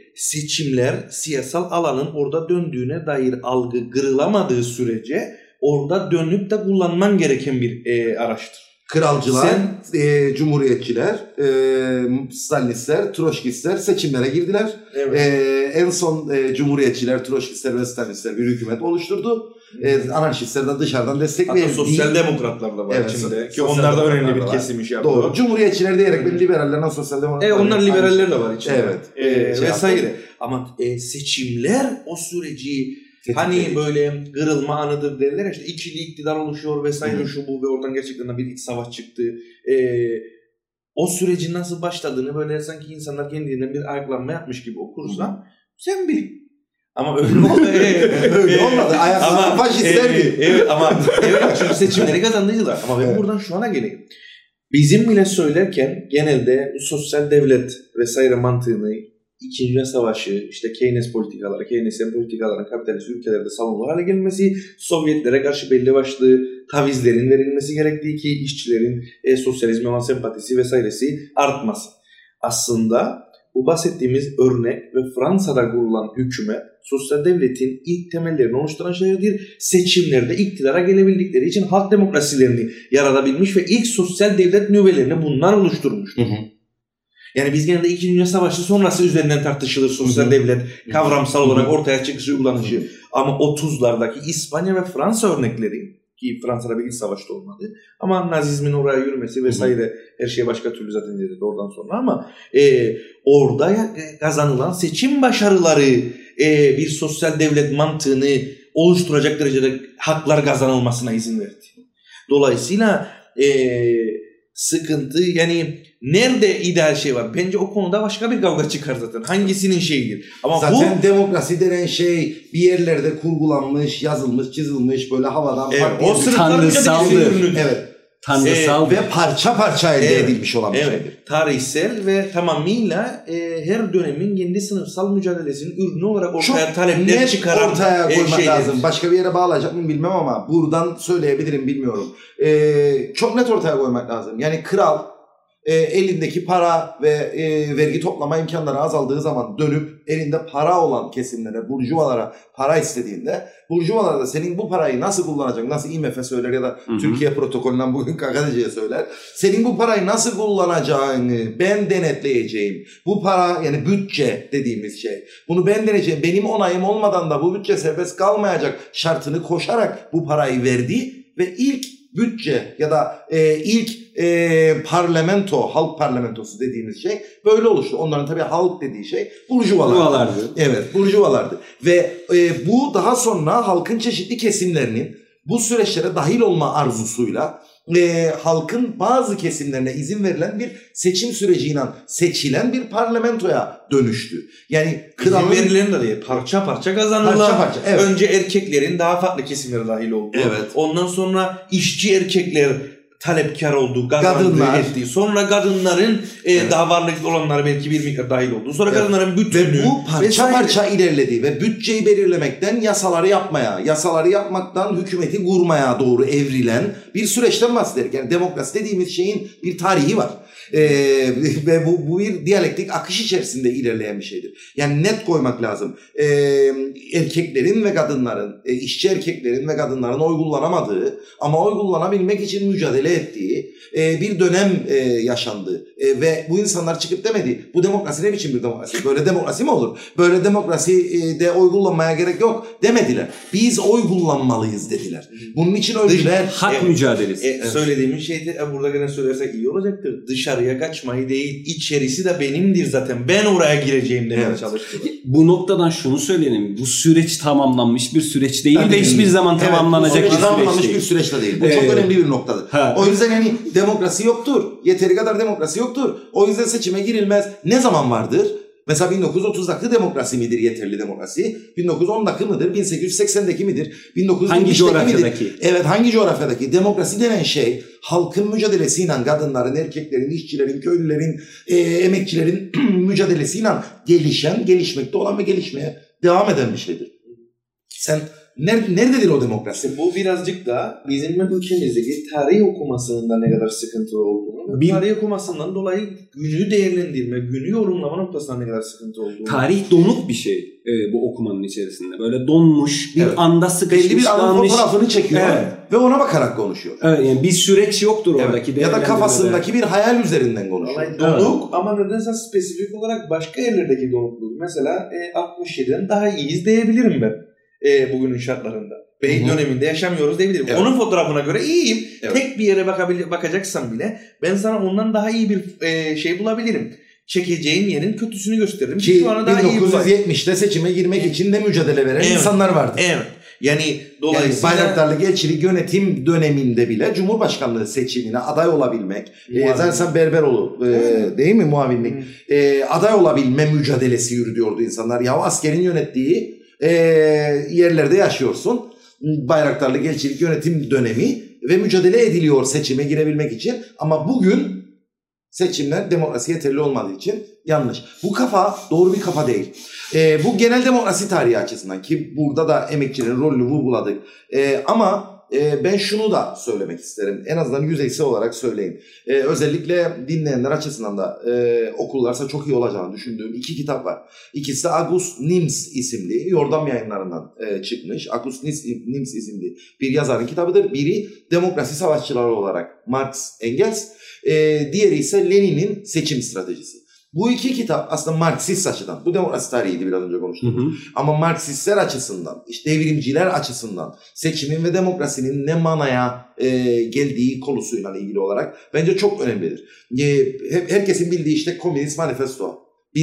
seçimler siyasal alanın orada döndüğüne dair algı kırılamadığı sürece orada dönüp de kullanman gereken bir araçtır. Kralcılar, cumhuriyetçiler, Stalinistler, Troşkistler seçimlere girdiler. Evet. En son cumhuriyetçiler, Troşkistler ve Stalinistler bir hükümet oluşturdu. Anarşistler de dışarıdan destekleyen. Hatta sosyal demokratlar da var Evet, içinde. Ki sosyal onlar da önemli demokratlar bir da var. kesim iş Doğru. Cumhuriyetçiler diyerek ben liberallerden sosyal demokratlar. onlar liberaller de var içinde. Evet. Vesaire. Ama seçimler o süreci hani böyle kırılma anıdır derler ya, işte ikili iktidar oluşuyor vesaire şu bu ve oradan gerçekten bir iç savaş çıktı. O sürecin nasıl başladığını böyle sanki insanlar kendilerine bir ayaklanma yapmış gibi okursan sen bil. Ama öyle olmadı. Ayaklanma faşistlerdi. Evet ama çünkü seçimleri kazandılar. Ama ben buradan şu ana geleyim. Bizim bile söylerken genelde bu sosyal devlet vesaire mantığını İkinci Dünya Savaşı, işte Keynes politikaları, Keynesyen politikaların kapitalist ülkelerde savunulur hale gelmesi, Sovyetlere karşı belli başlı tavizlerin verilmesi gerektiği ki işçilerin sosyalizme olan sempatisi vesairesi artmasın. Aslında bu bahsettiğimiz örnek ve Fransa'da kurulan hükümet sosyal devletin ilk temellerini oluşturan şeydir. Seçimlerde iktidara gelebildikleri için halk demokrasilerini yaratabilmiş ve ilk sosyal devlet nüvelerini bunlar oluşturmuştur. Yani biz genelde 2. Dünya Savaşı sonrası üzerinden tartışılır sosyal devlet kavramsal olarak ortaya çıkışı, uygulanışı. Ama 30'lardaki İspanya ve Fransa örnekleri, ki Fransa'da bir iç savaşta olmadı ama Nazizmin oraya yürümesi vesaire her şey başka türlü zaten dedi oradan sonra ama orada kazanılan seçim başarıları bir sosyal devlet mantığını oluşturacak derecede haklar kazanılmasına izin verdi. Dolayısıyla sıkıntı yani nerede ideal şey var? Bence o konuda başka bir kavga çıkar zaten. Hangisinin şeyidir? Ama zaten demokrasi denen şey bir yerlerde kurgulanmış, yazılmış, çizilmiş böyle havadan o tanrısaldır. Evet. Tanrısal ve parça parça elde edilmiş olan bir şeydir. Tarihsel ve tamamıyla her dönemin kendi sınıfsal mücadelesinin ürünü olarak ortaya talepler çıkaran ortaya koymak lazım. Başka bir yere bağlayacak mı bilmem ama buradan söyleyebilirim bilmiyorum. Çok net ortaya koymak lazım. Yani kral elindeki para ve vergi toplama imkanları azaldığı zaman dönüp elinde para olan kesimlere, burjuvalara para istediğinde burjuvalar da senin bu parayı nasıl kullanacak, nasıl IMF söyler ya da Türkiye protokolünden bugün KKTC'ye söyler. Senin bu parayı nasıl kullanacağını ben denetleyeceğim. Bu para yani bütçe dediğimiz şey. Bunu ben deneyeceğim. Benim onayım olmadan da bu bütçe serbest kalmayacak şartını koşarak bu parayı verdi ve ilk bütçe ya da ilk parlamento, halk parlamentosu dediğimiz şey böyle oluştu. Onların tabii halk dediği şey burjuvalardı. Evet, burjuvalardı. Ve bu daha sonra halkın çeşitli kesimlerinin bu süreçlere dahil olma arzusuyla halkın bazı kesimlerine izin verilen bir seçim süreciyle seçilen bir parlamentoya dönüştü. Yani kralın verilen de değil, parça parça kazanılan. Parça, evet. Önce erkeklerin daha farklı kesimlere dahil olduğu. Evet. Ondan sonra işçi erkekler talepkar olduğu, kazandığı ettiği. Sonra kadınların daha varlıklı olanlar belki bir miktar dahil olduğu. Sonra kadınların bütünlüğü. Ve bu parça parça ilerledi ve bütçeyi belirlemekten yasaları yapmaya, yasaları yapmaktan hükümeti kurmaya doğru evrilen bir süreçten bahsediyoruz. Yani demokrasi dediğimiz şeyin bir tarihi var. Ve bu bir diyalektik akış içerisinde ilerleyen bir şeydir. Yani net koymak lazım. Erkeklerin ve kadınların, işçi erkeklerin ve kadınların oy kullanamadığı ama oy kullanabilmek için mücadele ettiği bir dönem yaşandı. Ve bu insanlar çıkıp demedi. Bu demokrasi ne biçim bir demokrasi? Böyle demokrasi mi olur? Böyle demokraside oy kullanmaya gerek yok demediler. Biz oy kullanmalıyız dediler. Bunun için öldüler. Hak mücadelesi. Söylediğimiz şey de burada gene söylersek iyi olacaktır. Dışarıya kaçmayı değil, içerisi de benimdir zaten. Ben oraya gireceğim demeye çalıştılar. Bu noktadan şunu söyleyelim. Bu süreç tamamlanmış bir süreç değil ve hiçbir zaman tamamlanacak bir süreç tamamlanmış değil. bir süreç de değil. Bu çok önemli bir noktadır. O yüzden yani demokrasi yoktur. Yeteri kadar demokrasi yoktur. O yüzden seçime girilmez. Ne zaman vardır? Mesela 1930'daki demokrasi midir yeterli demokrasi? 1910'daki mıdır? 1880'deki midir? 1970'deki hangi coğrafyadaki? Midir? Evet, hangi coğrafyadaki? Demokrasi denen şey halkın mücadelesiyle, kadınların, erkeklerin, işçilerin, köylülerin, emekçilerin mücadelesiyle gelişen, gelişmekte olan ve gelişmeye devam eden bir şeydir. Sen Nerededir o demokrasi? Bu birazcık da bizim ülkemizdeki tarih okumasının da ne kadar sıkıntılı olduğunu, tarih okumasından dolayı günü değerlendirme, günü yorumlama noktasından ne kadar sıkıntı olduğunu. Tarih donuk bir şey bu okumanın içerisinde. Böyle donmuş, bir anda sıkışmış, belli bir anın kalmış. fotoğrafını çekiyor ve ona bakarak konuşuyor. Evet, yani bir süreç yoktur oradaki. Ya da kafasındaki bir hayal üzerinden konuşuyor. Donuk ama nedense spesifik olarak başka yerlerdeki donukluk. Mesela 67'den daha iyiyiz diyebilirim ben bugünün şartlarında. Bey döneminde yaşamıyoruz diyebilirim. Evet. Onun fotoğrafına göre iyiyim. Evet. Tek bir yere bakacaksam bile ben sana ondan daha iyi bir şey bulabilirim. Çekeceğin yerin kötüsünü gösteririm. Ki şu ana daha 1970'te seçime girmek için de mücadele veren insanlar vardı. Evet. Yani dolayısıyla Bayraktarlık Elçilik yönetim döneminde bile Cumhurbaşkanlığı seçimine aday olabilmek, zaten Berberoğlu değil mi muavinlik? Aday olabilme mücadelesi yürütüyordu insanlar. Ya askerin yönettiği yerlerde yaşıyorsun. Bayraktarlık Elçilik yönetim dönemi ve mücadele ediliyor seçime girebilmek için. Ama bugün seçimler demokrasi yeterli olmadığı için yanlış. Bu kafa doğru bir kafa değil. Bu genel demokrasi tarihi açısından ki burada da emekçilerin rolünü vurguladık. Ama ben şunu da söylemek isterim. En azından yüzeysel olarak söyleyeyim. Özellikle dinleyenler açısından da okurlarsa çok iyi olacağını düşündüğüm 2 kitap var. İkisi de August Nims isimli, Yordam Yayınları'ndan çıkmış. August Nims isimli bir yazarın kitabıdır. Biri Demokrasi Savaşçıları olarak Marx, Engels. Diğeri ise Lenin'in Seçim Stratejisi. Bu 2 kitap aslında Marksist açıdan, bu demokrasi tarihiydi biraz önce konuştuğumuz. Ama Marksistler açısından, işte devrimciler açısından seçimin ve demokrasinin ne manaya geldiği konusuyla ilgili olarak bence çok önemlidir. Herkesin bildiği işte Komünist Manifesto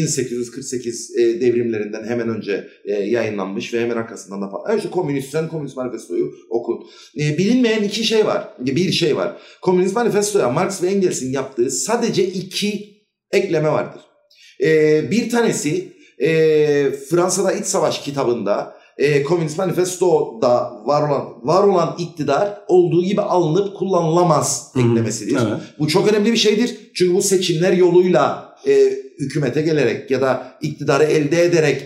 1848 devrimlerinden hemen önce yayınlanmış ve hemen arkasından da işte Komünist Manifesto'yu okun. Bilinmeyen bir şey var. Komünist Manifesto'ya Marx ve Engels'in yaptığı sadece 2 ekleme vardır. Bir tanesi Fransa'da İç Savaş kitabında Komünist Manifesto'da var olan iktidar olduğu gibi alınıp kullanılamaz eklemesidir. Evet. Bu çok önemli bir şeydir. Çünkü bu seçimler yoluyla hükümete gelerek ya da iktidarı elde ederek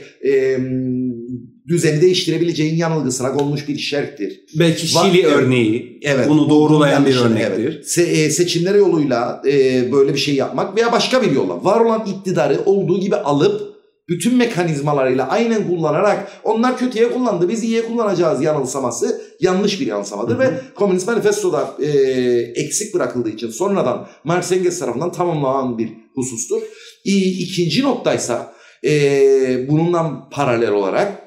düzeni değiştirebileceğin yanılgısına konmuş bir şerhtir. Belki Şili örneği bunu doğrulayan bir örnektir. Evet. Seçimler yoluyla böyle bir şey yapmak veya başka bir yolla var olan iktidarı olduğu gibi alıp bütün mekanizmalarıyla aynen kullanarak onlar kötüye kullandı biz iyiye kullanacağız yanılsaması yanlış bir yanılsamadır ve Komünist Manifesto'da eksik bırakıldığı için sonradan Marx Engels tarafından tamamlanan bir husustur. İkinci noktaysa bununla paralel olarak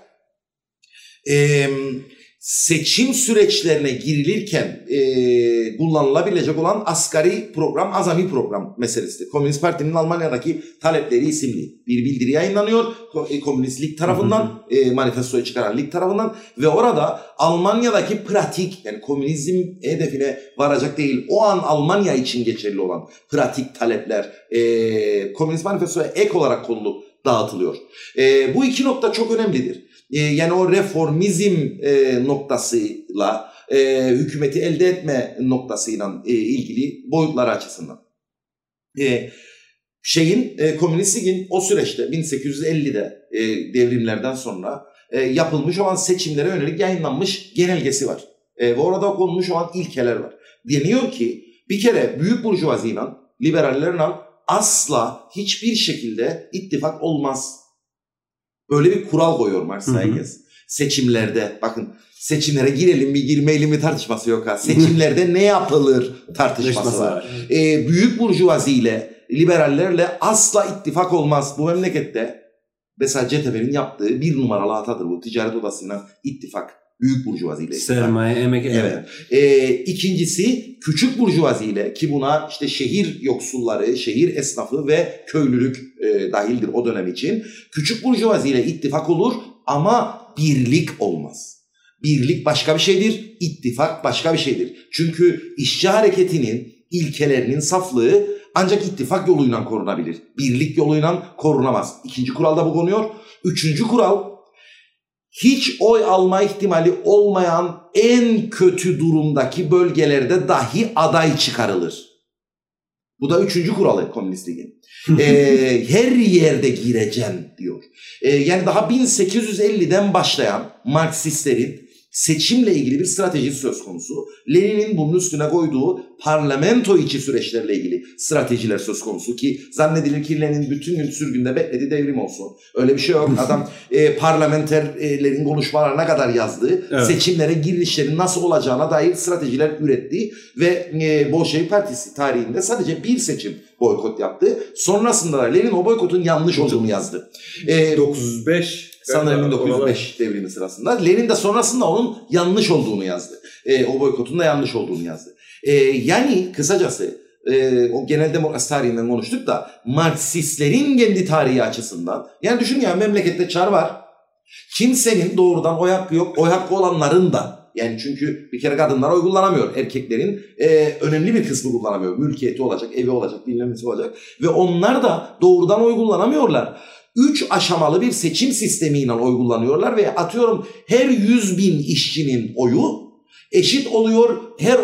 seçim süreçlerine girilirken kullanılabilecek olan asgari program, azami program meselesidir. Komünist Parti'nin Almanya'daki talepleri isimli bir bildiri yayınlanıyor. Komünist Lig tarafından, manifestoyu çıkaran Lig tarafından ve orada Almanya'daki pratik, yani komünizm hedefine varacak değil, o an Almanya için geçerli olan pratik talepler Komünist Manifestoya ek olarak konulup dağıtılıyor. Bu 2 nokta çok önemlidir. Yani o reformizm noktasıyla hükümeti elde etme noktasıyla ilgili boyutları açısından. Komünist Lig'in o süreçte 1850'de devrimlerden sonra yapılmış olan seçimlere yönelik yayınlanmış genelgesi var. Ve orada konulmuş olan ilkeler var. Deniyor ki bir kere büyük burjuvaziyle, liberallerle asla hiçbir şekilde ittifak olmaz. Böyle bir kural koyuyor Marx Engels. Seçimlerde bakın seçimlere girelim mi girmeyelim mi tartışması yok ha. Seçimlerde ne yapılır tartışması var. Büyük burjuvazi ile liberallerle asla ittifak olmaz. Bu memlekette mesela CTP'nin yaptığı 1 numaralı hatadır bu. Ticaret Odası'yla ittifak. Büyük burjuvazi ile. Sermaye, emek. Evet. İkincisi küçük burjuvazi ile ki buna işte şehir yoksulları, şehir esnafı ve köylülük dahildir o dönem için. Küçük burjuvazi ile ittifak olur ama birlik olmaz. Birlik başka bir şeydir, ittifak başka bir şeydir. Çünkü işçi hareketinin ilkelerinin saflığı ancak ittifak yoluyla korunabilir. Birlik yoluyla korunamaz. 2. kuralda bu konuyor. 3. kural, hiç oy alma ihtimali olmayan en kötü durumdaki bölgelerde dahi aday çıkarılır. Bu da 3. kuralı Komünist Lig'in. Her yerde gireceğim diyor. Yani daha 1850'den başlayan Marksistlerin seçimle ilgili bir strateji söz konusu. Lenin'in bunun üstüne koyduğu parlamento içi süreçlerle ilgili stratejiler söz konusu ki zannedilir ki Lenin bütün gün sürgünde bekledi devrim olsun. Öyle bir şey yok. Adam parlamenterlerin konuşmalarına kadar yazdı. Evet. Seçimlere girişlerin nasıl olacağına dair stratejiler üretti ve Bolşevik Partisi tarihinde sadece bir seçim boykot yaptı. Sonrasında da Lenin o boykotun yanlış olduğunu yazdı. 1905 sanırım 1905 devrimi sırasında. Lenin de sonrasında onun yanlış olduğunu yazdı. O boykotun da yanlış olduğunu yazdı. Yani kısacası o genel demokrasi tarihinden konuştuk da Marksistlerin kendi tarihi açısından yani düşün ya memlekette çar var. Kimsenin doğrudan oy hakkı yok. Oy hakkı olanların da yani çünkü bir kere kadınlar oy kullanamıyor. Erkeklerin önemli bir kısmı kullanamıyor. Mülkiyeti olacak, evi olacak, dinlemesi olacak. Ve onlar da doğrudan oy kullanamıyorlar. 3 aşamalı bir seçim sistemiyle oy kullanıyorlar ve atıyorum her 100.000 işçinin oyu eşit oluyor her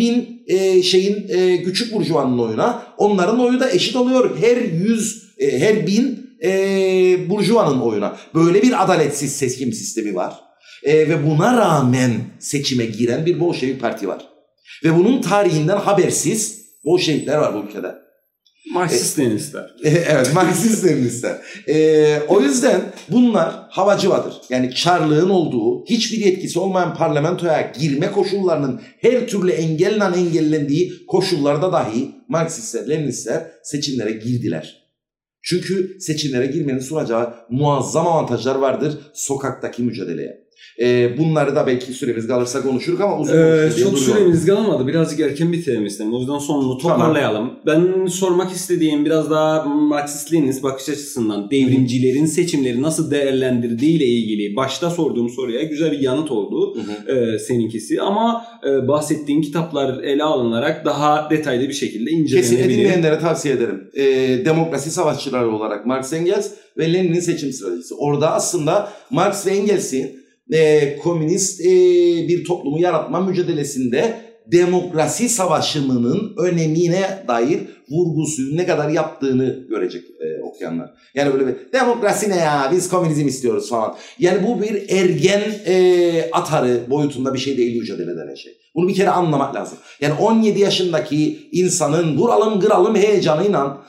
10.000 küçük burjuvanın oyuna. Onların oyu da eşit oluyor her 1000 burjuvanın oyuna. Böyle bir adaletsiz seçim sistemi var. Ve buna rağmen seçime giren bir Bolşevik parti var. Ve bunun tarihinden habersiz Bolşevikler var bu ülkede. Marksist-Leninistler. Evet, Marksist-Leninistler. O yüzden bunlar havacıvadır. Yani çarlığın olduğu, hiçbir yetkisi olmayan parlamentoya girme koşullarının her türlü engelle engellendiği koşullarda dahi Marksistler, Leninistler seçimlere girdiler. Çünkü seçimlere girmenin sunacağı muazzam avantajlar vardır sokaktaki mücadeleye. Bunları da belki süremiz kalırsa konuşuruz ama uzun çok süremiz kalmadı. Birazcık erken bitirelim istedim. O yüzden sonunu toparlayalım. Tamam. Ben sormak istediğim biraz daha Marksist-Leninist bakış açısından devrimcilerin seçimleri nasıl değerlendirdiği ile ilgili başta sorduğum soruya güzel bir yanıt oldu seninkisi. Ama bahsettiğin kitaplar ele alınarak daha detaylı bir şekilde incelenebilir. Kesinlikle dinleyenlere tavsiye ederim. Demokrasi savaşçıları olarak Marx Engels ve Lenin'in seçim stratejisi. Orada aslında Marx ve Engels'in komünist bir toplumu yaratma mücadelesinde demokrasi savaşımının önemine dair vurgusu ne kadar yaptığını görecek okuyanlar. Yani böyle bir demokrasi ne ya biz komünizm istiyoruz falan. Yani bu bir ergen atarı boyutunda bir şey değil mücadele eden şey. Bunu bir kere anlamak lazım. Yani 17 yaşındaki insanın vuralım kıralım heyecanıyla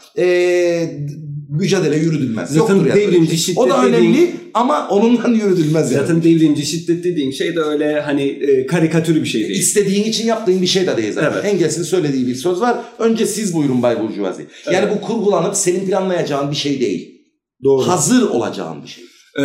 mücadele yürüdülmez. Zaten devrimci şiddet o da önemli ama onunla yürüdülmez. Zaten yani. Devrimci şiddet dediğin şey de öyle hani karikatür bir şey değil. İstediğin için yaptığın bir şey de değil zaten. Evet. Engels'in söylediği bir söz var. Önce siz buyurun Bay Burjuvazi. Evet. Yani bu kurgulanıp senin planlayacağın bir şey değil. Doğru. Hazır olacağın bir şey.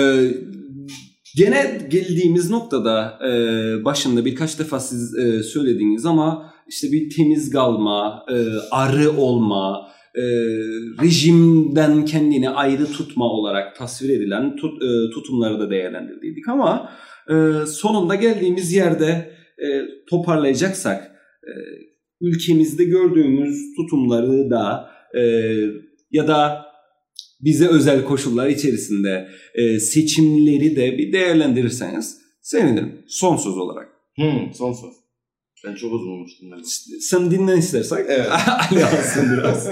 Gene geldiğimiz noktada başında birkaç defa siz söylediğiniz ama işte bir temiz kalma, arı olma, rejimden kendini ayrı tutma olarak tasvir edilen tutumları da değerlendirdiydik ama sonunda geldiğimiz yerde toparlayacaksak ülkemizde gördüğümüz tutumları da ya da bize özel koşullar içerisinde seçimleri de bir değerlendirirseniz sevinirim son söz olarak. Son söz. Ben çok uzun olmuştum. Sen dinlen istersen. Evet. Ali alsın biraz.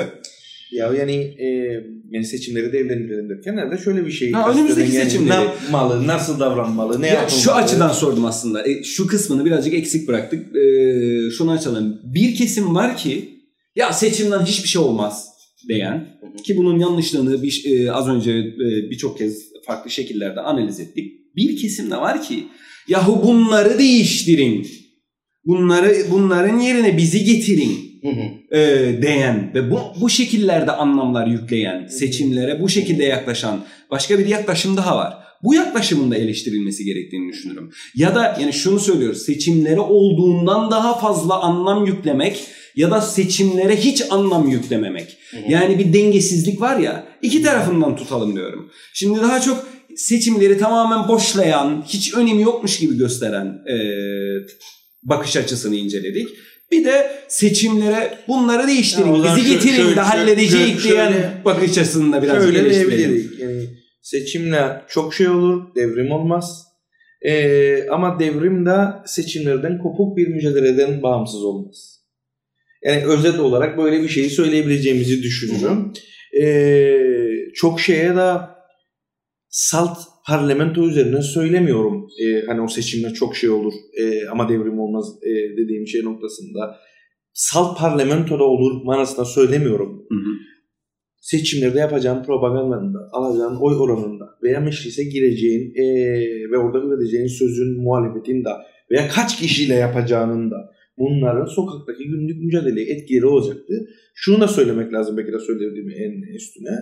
Yani seçimleri değerlendirelim derken nerede şöyle bir şey. Önümüzdeki seçimleri. Ne yapmalı, nasıl davranmalı, ne yapmalı. Şu açıdan sordum aslında. Şu kısmını birazcık eksik bıraktık. Şunu açalım. Bir kesim var ki ya seçimden hiçbir şey olmaz diyen ki bunun yanlışlığını az önce birçok kez farklı şekillerde analiz ettik. Bir kesim de var ki yahu bunları değiştirin. Bunların yerine bizi getirin diyen ve bu şekillerde anlamlar yükleyen, seçimlere bu şekilde yaklaşan başka bir yaklaşım daha var. Bu yaklaşımın da eleştirilmesi gerektiğini düşünüyorum. Ya da yani şunu söylüyoruz, seçimlere olduğundan daha fazla anlam yüklemek ya da seçimlere hiç anlam yüklememek. Yani bir dengesizlik var ya, iki tarafından tutalım diyorum. Şimdi daha çok seçimleri tamamen boşlayan, hiç önemi yokmuş gibi gösteren bakış açısını inceledik. Bir de seçimlere bunları değiştirin, bizi getirin de halledeceğiz diyen bakış açısını da biraz geliştirelim. Yani seçimle çok şey olur, devrim olmaz. Ama devrim de seçimlerden kopuk bir mücadeleden bağımsız olmaz. Yani özet olarak böyle bir şeyi söyleyebileceğimizi düşünüyorum. Çok şeye de salt parlamento üzerine söylemiyorum. Hani o seçimler çok şey olur ama devrim olmaz dediğim şey noktasında. Salt parlamentoda olur manasında söylemiyorum. Hı hı. Seçimlerde yapacağın propagandanda, alacağın oy oranında veya meclise gireceğin ve orada üreteceğin sözün muhalefetinde veya kaç kişiyle yapacağının da bunların sokaktaki günlük mücadeleye etkileri olacaktı. Şunu da söylemek lazım, belki de söylediğim en üstüne.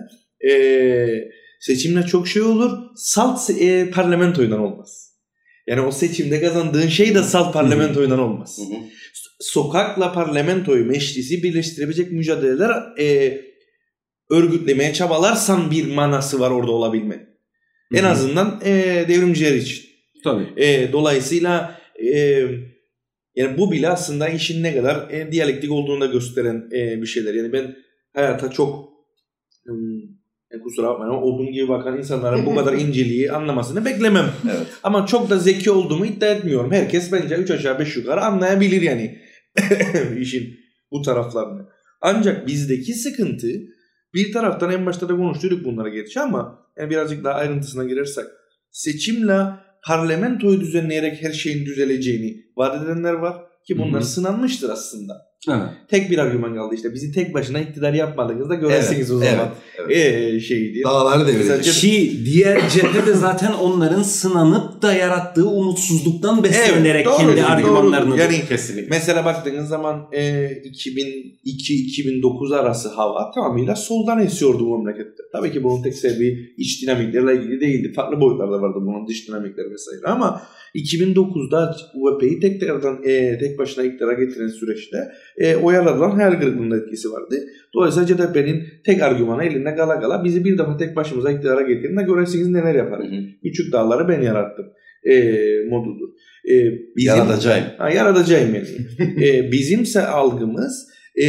Seçimler çok şey olur, salt parlamentoydan olmaz. Yani o seçimde kazandığın şey de salt parlamentoydan olmaz. Hı hı. Sokakla parlamentoyu, meclisi birleştirebilecek mücadeleler örgütlemeye çabalarsan bir manası var orada olabilme. En azından devrimciler için. Tabii. Dolayısıyla yani bu bile aslında işin ne kadar diyalektik olduğunu da gösteren bir şeyler. Yani ben hayata çok kusura bakmayın ama odun gibi bakan insanların bu kadar inceliği anlamasını beklemem. Evet. Ama çok da zeki olduğumu iddia etmiyorum. Herkes bence 3 aşağı 5 yukarı anlayabilir yani işin bu taraflarını. Ancak bizdeki sıkıntı, bir taraftan en başta da konuştuk bunlara gerçi ama yani birazcık daha ayrıntısına girersek, seçimle parlamentoyu düzenleyerek her şeyin düzeleceğini vaat edenler var ki bunlar sınanmıştır aslında. Evet. Tek bir argüman kaldı, işte bizi tek başına iktidar yapmadığınızda görersiniz o zaman. Evet. Şeydi. Dağları devirecek. Ki diğer cephe de zaten onların sınanıp da yarattığı umutsuzluktan beslenerek kendi argümanlarını. Yani kesinlikle. Mesela baktığınız zaman 2002-2009 arası hava tamamıyla soldan esiyordu bu memlekette. Tabii ki bunun tek sebebi iç dinamiklerle ilgili değildi. Farklı boyutlarda vardı bunun, dış dinamikleri vesaire. Ama 2009'da UVP'yi tek başına iktidara getiren süreçte o yaratılan hayal kırıklığının etkisi vardı. Dolayısıyla CHP'nin tek argümanı elinde gala gala bizi bir defa tek başımıza iktidara getirin de göresiniz neler yaparız. Küçük dağları ben yarattım modudur. Yaratacağım yani. Bizimse algımız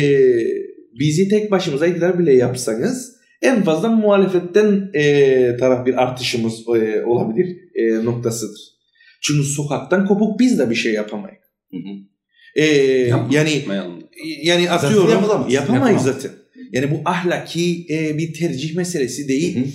bizi tek başımıza iktidar bile yapsanız en fazla muhalefetten taraf bir artışımız olabilir noktasıdır. Çünkü sokaktan kopuk biz de bir şey yapamayız. Yani atıyorum yapamayız zaten. Yani bu ahlaki bir tercih meselesi değil.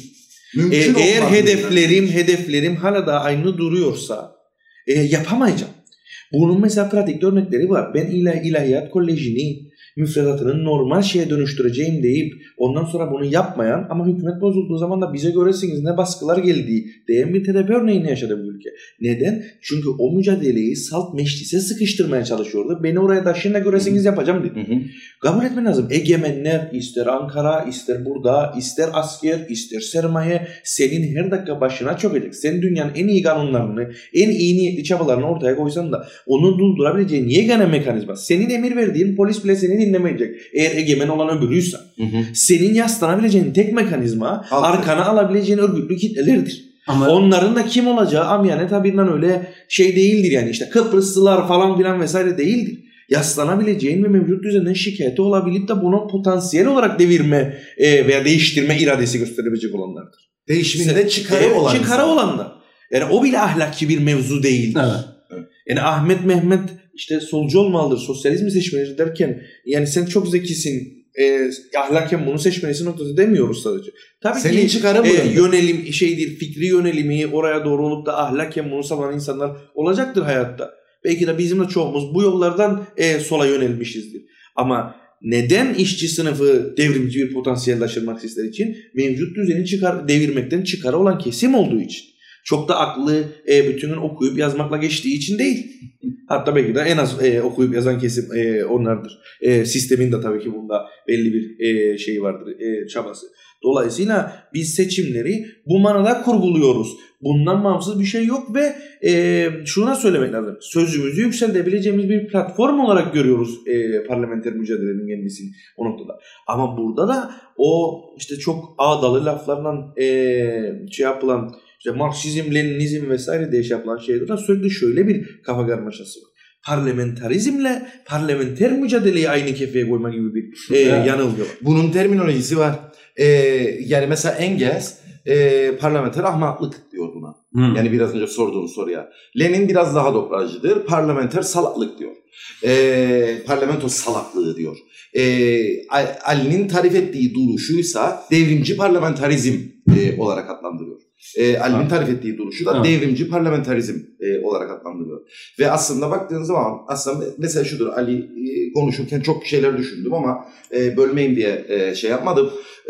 Eğer hedeflerim hala da aynı duruyorsa yapamayacağım. Bunun mesela pratik örnekleri var. Ben İlahiyat Koleji'ni müfredatının normal şeye dönüştüreceğim deyip ondan sonra bunu yapmayan ama hükümet bozulduğu zaman da bize göresiniz ne baskılar geldiği diyen bir tedavi örneğini yaşadı bu ülke. Neden? Çünkü o mücadeleyi salt meclise sıkıştırmaya çalışıyordu. Beni oraya taşıyın da göresiniz yapacağım dedi. Kabul etmen lazım. Egemenler ister Ankara, ister burada, ister asker, ister sermaye senin her dakika başına çökecek. Sen dünyanın en iyi kanunlarını, en iyi niyetli çabalarını ortaya koysan da onu durdurabileceğin yegane mekanizma. Senin emir verdiğin polis bile seni dinlemeyecek. Eğer egemen olan öbürüyse. Senin yaslanabileceğin tek mekanizma arkana alabileceğin örgütlü kitlelerdir. Ama onların da kim olacağı amiyane tabirinden öyle şey değildir yani, işte Kıbrıslılar falan filan vesaire değildir. Yaslanabileceğin ve mevcut düzenden şikayeti olabilip de bunu potansiyel olarak devirme veya değiştirme iradesi gösterebilecek olanlardır. Değişiminde çıkarı olanlar. Yani o bile ahlaki bir mevzu değil. Evet. Yani Ahmet Mehmet işte solcu olmalıdır, sosyalizmi seçmelidir derken yani sen çok zekisin, ahlaken bunu seçmelisin noktası demiyoruz sadece. Tabii senin ki çıkarı yönelim fikri yönelimi oraya doğru olup da ahlaken bunu savunan insanlar olacaktır hayatta. Belki de bizim de çoğumuz bu yollardan sola yönelmişizdir. Ama neden işçi sınıfı devrimci bir potansiyel taşır Marksistler için? Mevcut düzeni devirmekten çıkarı olan kesim olduğu için. Çok da aklı bütünün okuyup yazmakla geçtiği için değil. Hatta belki de en az okuyup yazan kesim onlardır. Sistemin de tabii ki bunda belli bir şeyi vardır, çabası. Dolayısıyla biz seçimleri bu manada kurguluyoruz. Bundan bağımsız bir şey yok ve şuna söylemek lazım. Sözümüzü yükseltebileceğimiz bir platform olarak görüyoruz parlamenter mücadelenin kendisini o noktada. Ama burada da o işte çok ağdalı laflarla yapılan işte Marksizm, Leninizm vesaire diye yapılan şeylerden sürekli şöyle bir kafa karmaşası var. Parlamenterizmle parlamenter mücadeleyi aynı kefeye koyma gibi bir yanılgı var. Bunun terminolojisi var. Yani mesela Engels parlamenter ahmaklık diyor buna. Yani biraz önce sorduğum soruya. Lenin biraz daha dogmacıdır. Parlamenter salaklık diyor. Parlamento salaklığı diyor. Ali'nin tarif ettiği duruşuysa devrimci parlamentarizm olarak adlandırıyor. Ali'nin tarif ettiği duruşu da devrimci parlamenterizm olarak adlandırılıyor. Ve aslında baktığınız zaman aslında mesela şudur, Ali konuşurken çok şeyler düşündüm ama bölmeyeyim diye şey yapmadım.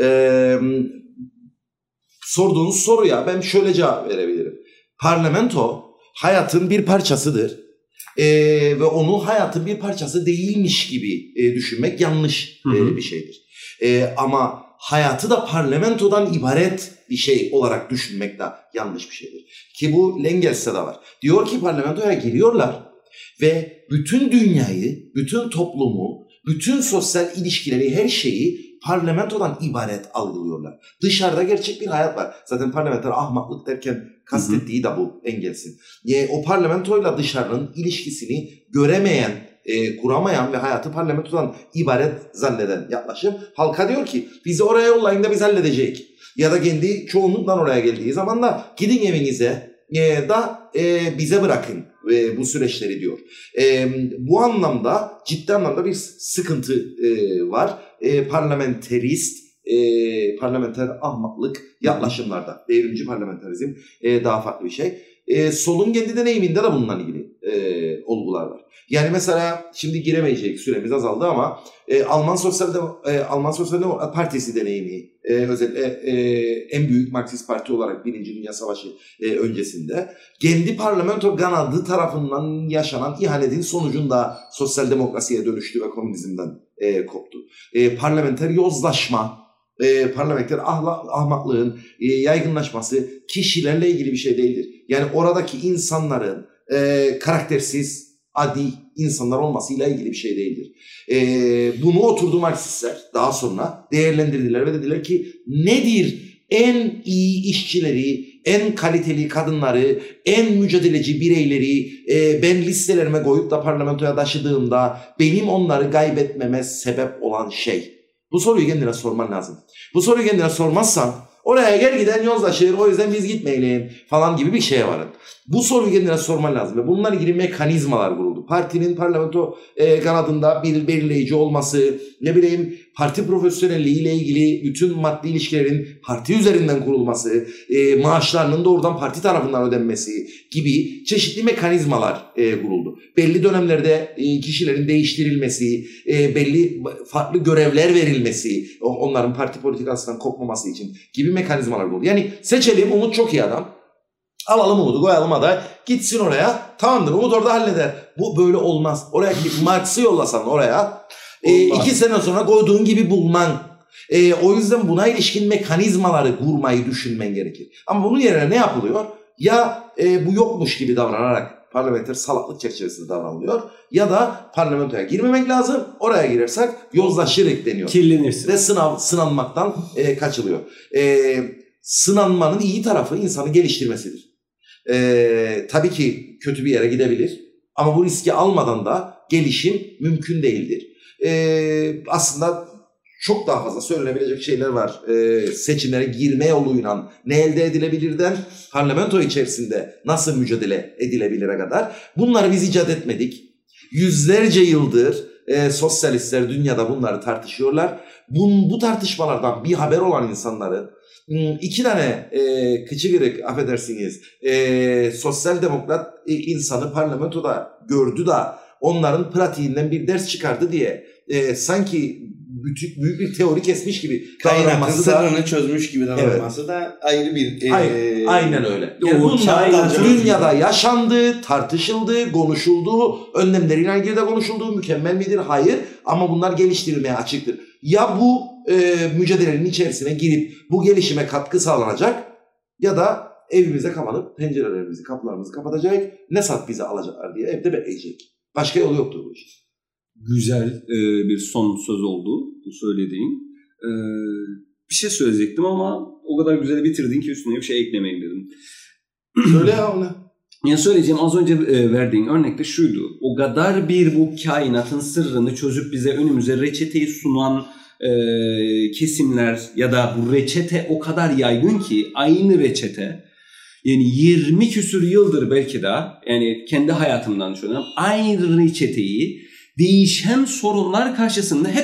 Sorduğunuz soruya ben şöyle cevap verebilirim. Parlamento hayatın bir parçasıdır. Ve onu hayatın bir parçası değilmiş gibi düşünmek yanlış bir şeydir. Ama hayatı da parlamentodan ibaret bir şey olarak düşünmek de yanlış bir şeydir. Ki bu Engels'te de var. Diyor ki parlamentoya giriyorlar ve bütün dünyayı, bütün toplumu, bütün sosyal ilişkileri, her şeyi parlamentodan ibaret algılıyorlar. Dışarıda gerçek bir hayat var. Zaten parlamenter ahmaklık derken kastettiği de bu Engels'in. O parlamentoyla dışarının ilişkisini göremeyen, kuramayan ve hayatı parlamentodan ibaret zanneden yaklaşım halka diyor ki bizi oraya yollayın da biz halledecek. Ya da kendi çoğunlukla oraya geldiği zaman da gidin evinize da bize bırakın bu süreçleri diyor. Bu anlamda ciddi anlamda bir sıkıntı var. Parlamenter ahmaklık yaklaşımlarda. Devrimci parlamenterizm daha farklı bir şey. Solun kendi deneyiminde de bununla ilgili olgular var. Yani mesela şimdi giremeyecek, süremiz azaldı ama Alman Sosyal Demokrat Partisi deneyimi özellikle en büyük Marksist parti olarak Birinci Dünya Savaşı öncesinde kendi parlamento kanadı tarafından yaşanan ihanetin sonucunda sosyal demokrasiye dönüştü ve komünizmden koptu. Parlamenter yozlaşma, parlamenter ahmaklığın yaygınlaşması kişilerle ilgili bir şey değildir. Yani oradaki insanların karaktersiz, adi insanlar olmasıyla ilgili bir şey değildir. Bunu oturdu Marksistler daha sonra değerlendirdiler ve dediler ki nedir en iyi işçileri, en kaliteli kadınları, en mücadeleci bireyleri ben listelerime koyup da parlamentoya taşıdığımda benim onları kaybetmeme sebep olan şey? Bu soruyu kendine sorman lazım. Bu soruyu kendine sormazsan oraya gel giden yozlaşır, o yüzden biz gitmeyelim falan gibi bir şeye varın. Bu soruyu kendine sorman lazım ve bununla ilgili mekanizmalar kuruldu. Partinin parlamento kanadında bir belirleyici olması, ne bileyim parti profesyonelliği ile ilgili bütün maddi ilişkilerin parti üzerinden kurulması, maaşlarının doğrudan parti tarafından ödenmesi gibi çeşitli mekanizmalar kuruldu. Belli dönemlerde kişilerin değiştirilmesi, belli farklı görevler verilmesi, onların parti politikasından kopmaması için gibi mekanizmalar kuruldu. Yani seçelim, Umut çok iyi adam. Alalım Umut'u, koyalım aday. Gitsin oraya. Tamamdır, Umut orada halleder. Bu böyle olmaz. Oraya gidip Marx'ı yollasan oraya 2 sene sonra koyduğun gibi bulman. O yüzden buna ilişkin mekanizmaları kurmayı düşünmen gerekir. Ama bunun yerine ne yapılıyor? Ya bu yokmuş gibi davranarak parlamenter salaklık çerçevesinde davranılıyor. Ya da parlamentoya girmemek lazım. Oraya girersek yozlaşır deniyor. Kirlenirsin. Ve sınanmaktan kaçılıyor. Sınanmanın iyi tarafı insanı geliştirmesidir. Tabii ki kötü bir yere gidebilir. Ama bu riski almadan da gelişim mümkün değildir. Aslında çok daha fazla söylenebilecek şeyler var. Seçimlere girme yoluyla ne elde edilebilirden parlamento içerisinde nasıl mücadele edilebilire kadar. Bunları biz icat etmedik. Yüzlerce yıldır sosyalistler dünyada bunları tartışıyorlar. Bu tartışmalardan bir haber olan insanların 2 tane kıçı affedersiniz sosyal demokrat insanı parlamentoda gördü da onların pratiğinden bir ders çıkardı diye sanki büyük bir teori kesmiş gibi kaynakın sırrını çözmüş gibi davranması da ayrı bir aynen öyle. Yani bunlar dünyada yaşandı, tartışıldı, konuşuldu, önlemleriyle ilgili de konuşuldu. Mükemmel midir? Hayır. Ama bunlar geliştirilmeye açıktır. Ya bu mücadelenin içerisine girip bu gelişime katkı sağlanacak ya da evimize kapanıp pencerelerimizi, kapılarımızı kapatacak, ne sat bizi alacaklar diye evde bekleyecek. Başka yolu yoktur bu iş. Güzel bir son söz oldu bu söylediğin. Bir şey söyleyecektim ama o kadar güzel bitirdin ki üstüne bir şey eklemeyeyim dedim. Söyle ya onu. Yani söyleyeceğim az önce verdiğin örnek de şuydu. O kadar bu kainatın sırrını çözüp bize önümüze reçeteyi sunan kesimler ya da bu reçete o kadar yaygın ki aynı reçete yani 20 küsur yıldır belki de yani kendi hayatımdan düşünüyorum aynı reçeteyi değişen sorunlar karşısında hep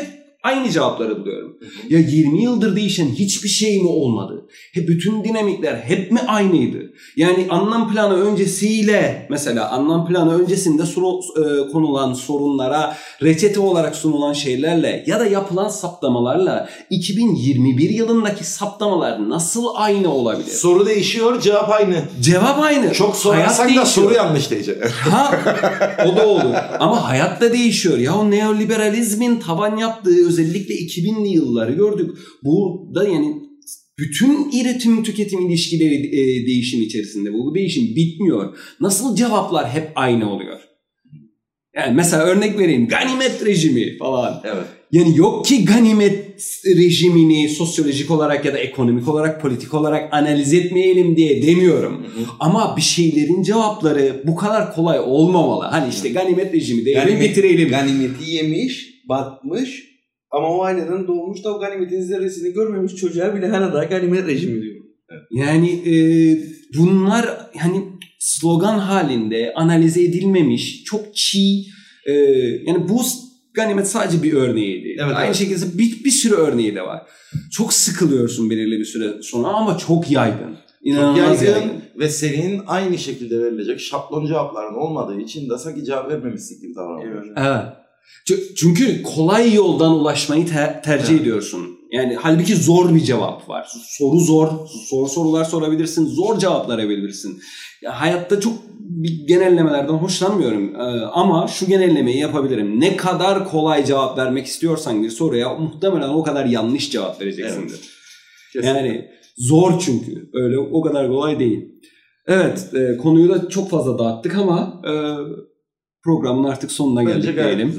aynı cevapları buluyorum. Ya 20 yıldır değişen hiçbir şey mi olmadı? Bütün dinamikler hep mi aynıydı? Yani anlam planı öncesiyle mesela anlam planı öncesinde konulan sorunlara reçete olarak sunulan şeylerle ya da yapılan saptamalarla 2021 yılındaki saptamalar nasıl aynı olabilir? Soru değişiyor, cevap aynı. Cevap aynı. Çok sorarsak da soru yanlış diyecek. Ha, o da olur. Ama hayat da değişiyor. Ya o neoliberalizmin tavan yaptığı özellikle 2000'li yılları gördük. Burada yani bütün üretim tüketim ilişkileri değişim içerisinde. Bu değişim bitmiyor. Nasıl cevaplar hep aynı oluyor? Yani mesela örnek vereyim. Ganimet rejimi falan. Evet. Yani yok ki ganimet rejimini sosyolojik olarak ya da ekonomik olarak, politik olarak analiz etmeyelim diye demiyorum. Ama bir şeylerin cevapları bu kadar kolay olmamalı. Hani işte ganimet rejimi diyelim, bitirelim. Ganimeti yemiş, batmış ama o aileden doğmuş da o ganimetin zerresini görmemiş çocuğa bile hala daha ganimet rejimi diyor. Yani bunlar hani slogan halinde analiz edilmemiş, çok çiğ. Yani bu ganimet sadece bir örneğiydi. Evet, aynı şekilde bir sürü örneği de var. Çok sıkılıyorsun belirli bir süre sonra ama çok yaygın. İnanılmaz çok yaygın. yaygın. Ve senin aynı şekilde verilecek şablon cevapların olmadığı için de sanki cevap vermemişsin gibi davranıyor. Evet. Çünkü kolay yoldan ulaşmayı tercih ediyorsun. Yani halbuki zor bir cevap var. Soru zor. Zor sorular sorabilirsin. Zor cevaplar verebilirsin. Ya hayatta çok genellemelerden hoşlanmıyorum. Ama şu genellemeyi yapabilirim. Ne kadar kolay cevap vermek istiyorsan bir soruya muhtemelen o kadar yanlış cevap vereceksindir. Evet. Yani zor çünkü. Öyle o kadar kolay değil. Evet. Konuyu da çok fazla dağıttık ama programın artık sonuna geldik diyelim.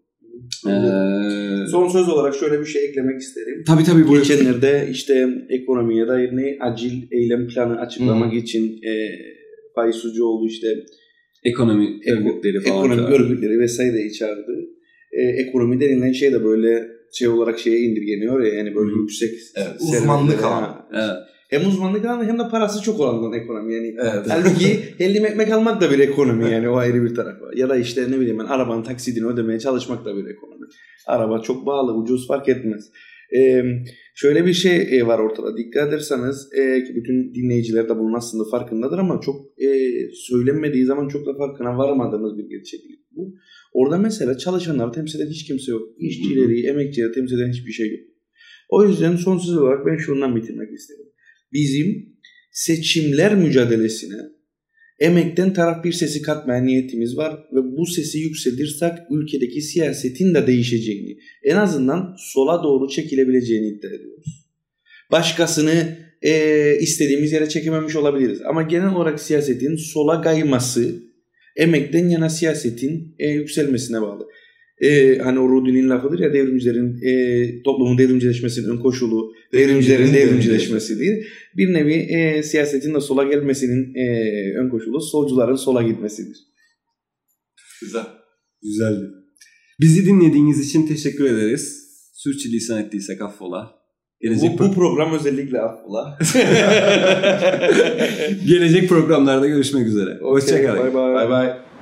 Son söz olarak şöyle bir şey eklemek isterim. Tabii buyur. Geçenlerde işte ekonomiye dair acil eylem planı açıklamak için Faiz Sucuoğlu işte ekonomi örgütleri falan. Ekonomi örgütleri vesaire çağırdı. Ekonomi denilen şey de böyle şey olarak şeye indirgeniyor ya yani böyle yüksek uzmanlık alanı. Evet. Hem uzmanlık alanı hem de parası çok olandan ekonomi yani. Evet. Halbuki 50 ekmek almak da bir ekonomi yani o ayrı bir tarafı. Ya da işte ne bileyim ben arabanın taksidini ödemeye çalışmak da bir ekonomi. Araba çok pahalı, ucuz fark etmez. Şöyle bir şey var ortada. Dikkat ederseniz ki bütün dinleyiciler de bunun aslında farkındadır ama çok söylenmediği zaman çok da farkına varmadığımız bir gerçeklik bu. Orada mesela çalışanları temsil eden hiç kimse yok. İşçileri, emekçileri temsil eden hiçbir şey yok. O yüzden sonsuz olarak ben şundan bitirmek isterim. Bizim seçimler mücadelesine emekten taraf bir sesi katmaya niyetimiz var ve bu sesi yükseltirsek ülkedeki siyasetin de değişeceğini, en azından sola doğru çekilebileceğini iddia ediyoruz. Başkasını istediğimiz yere çekememiş olabiliriz ama genel olarak siyasetin sola kayması emekten yana siyasetin yükselmesine bağlı. Hani o Rudy'nin lafıdır ya devrimcilerin toplumun devrimcileşmesinin ön koşulu devrimcilerin devrimcileşmesidir. Bir nevi siyasetin de sola gelmesinin ön koşulu solcuların sola gitmesidir. Güzeldi. Bizi dinlediğiniz için teşekkür ederiz. Sürçülisan ettiysek affola. Bu program özellikle affola. Gelecek programlarda görüşmek üzere. Hoşçakalın. Bye bye.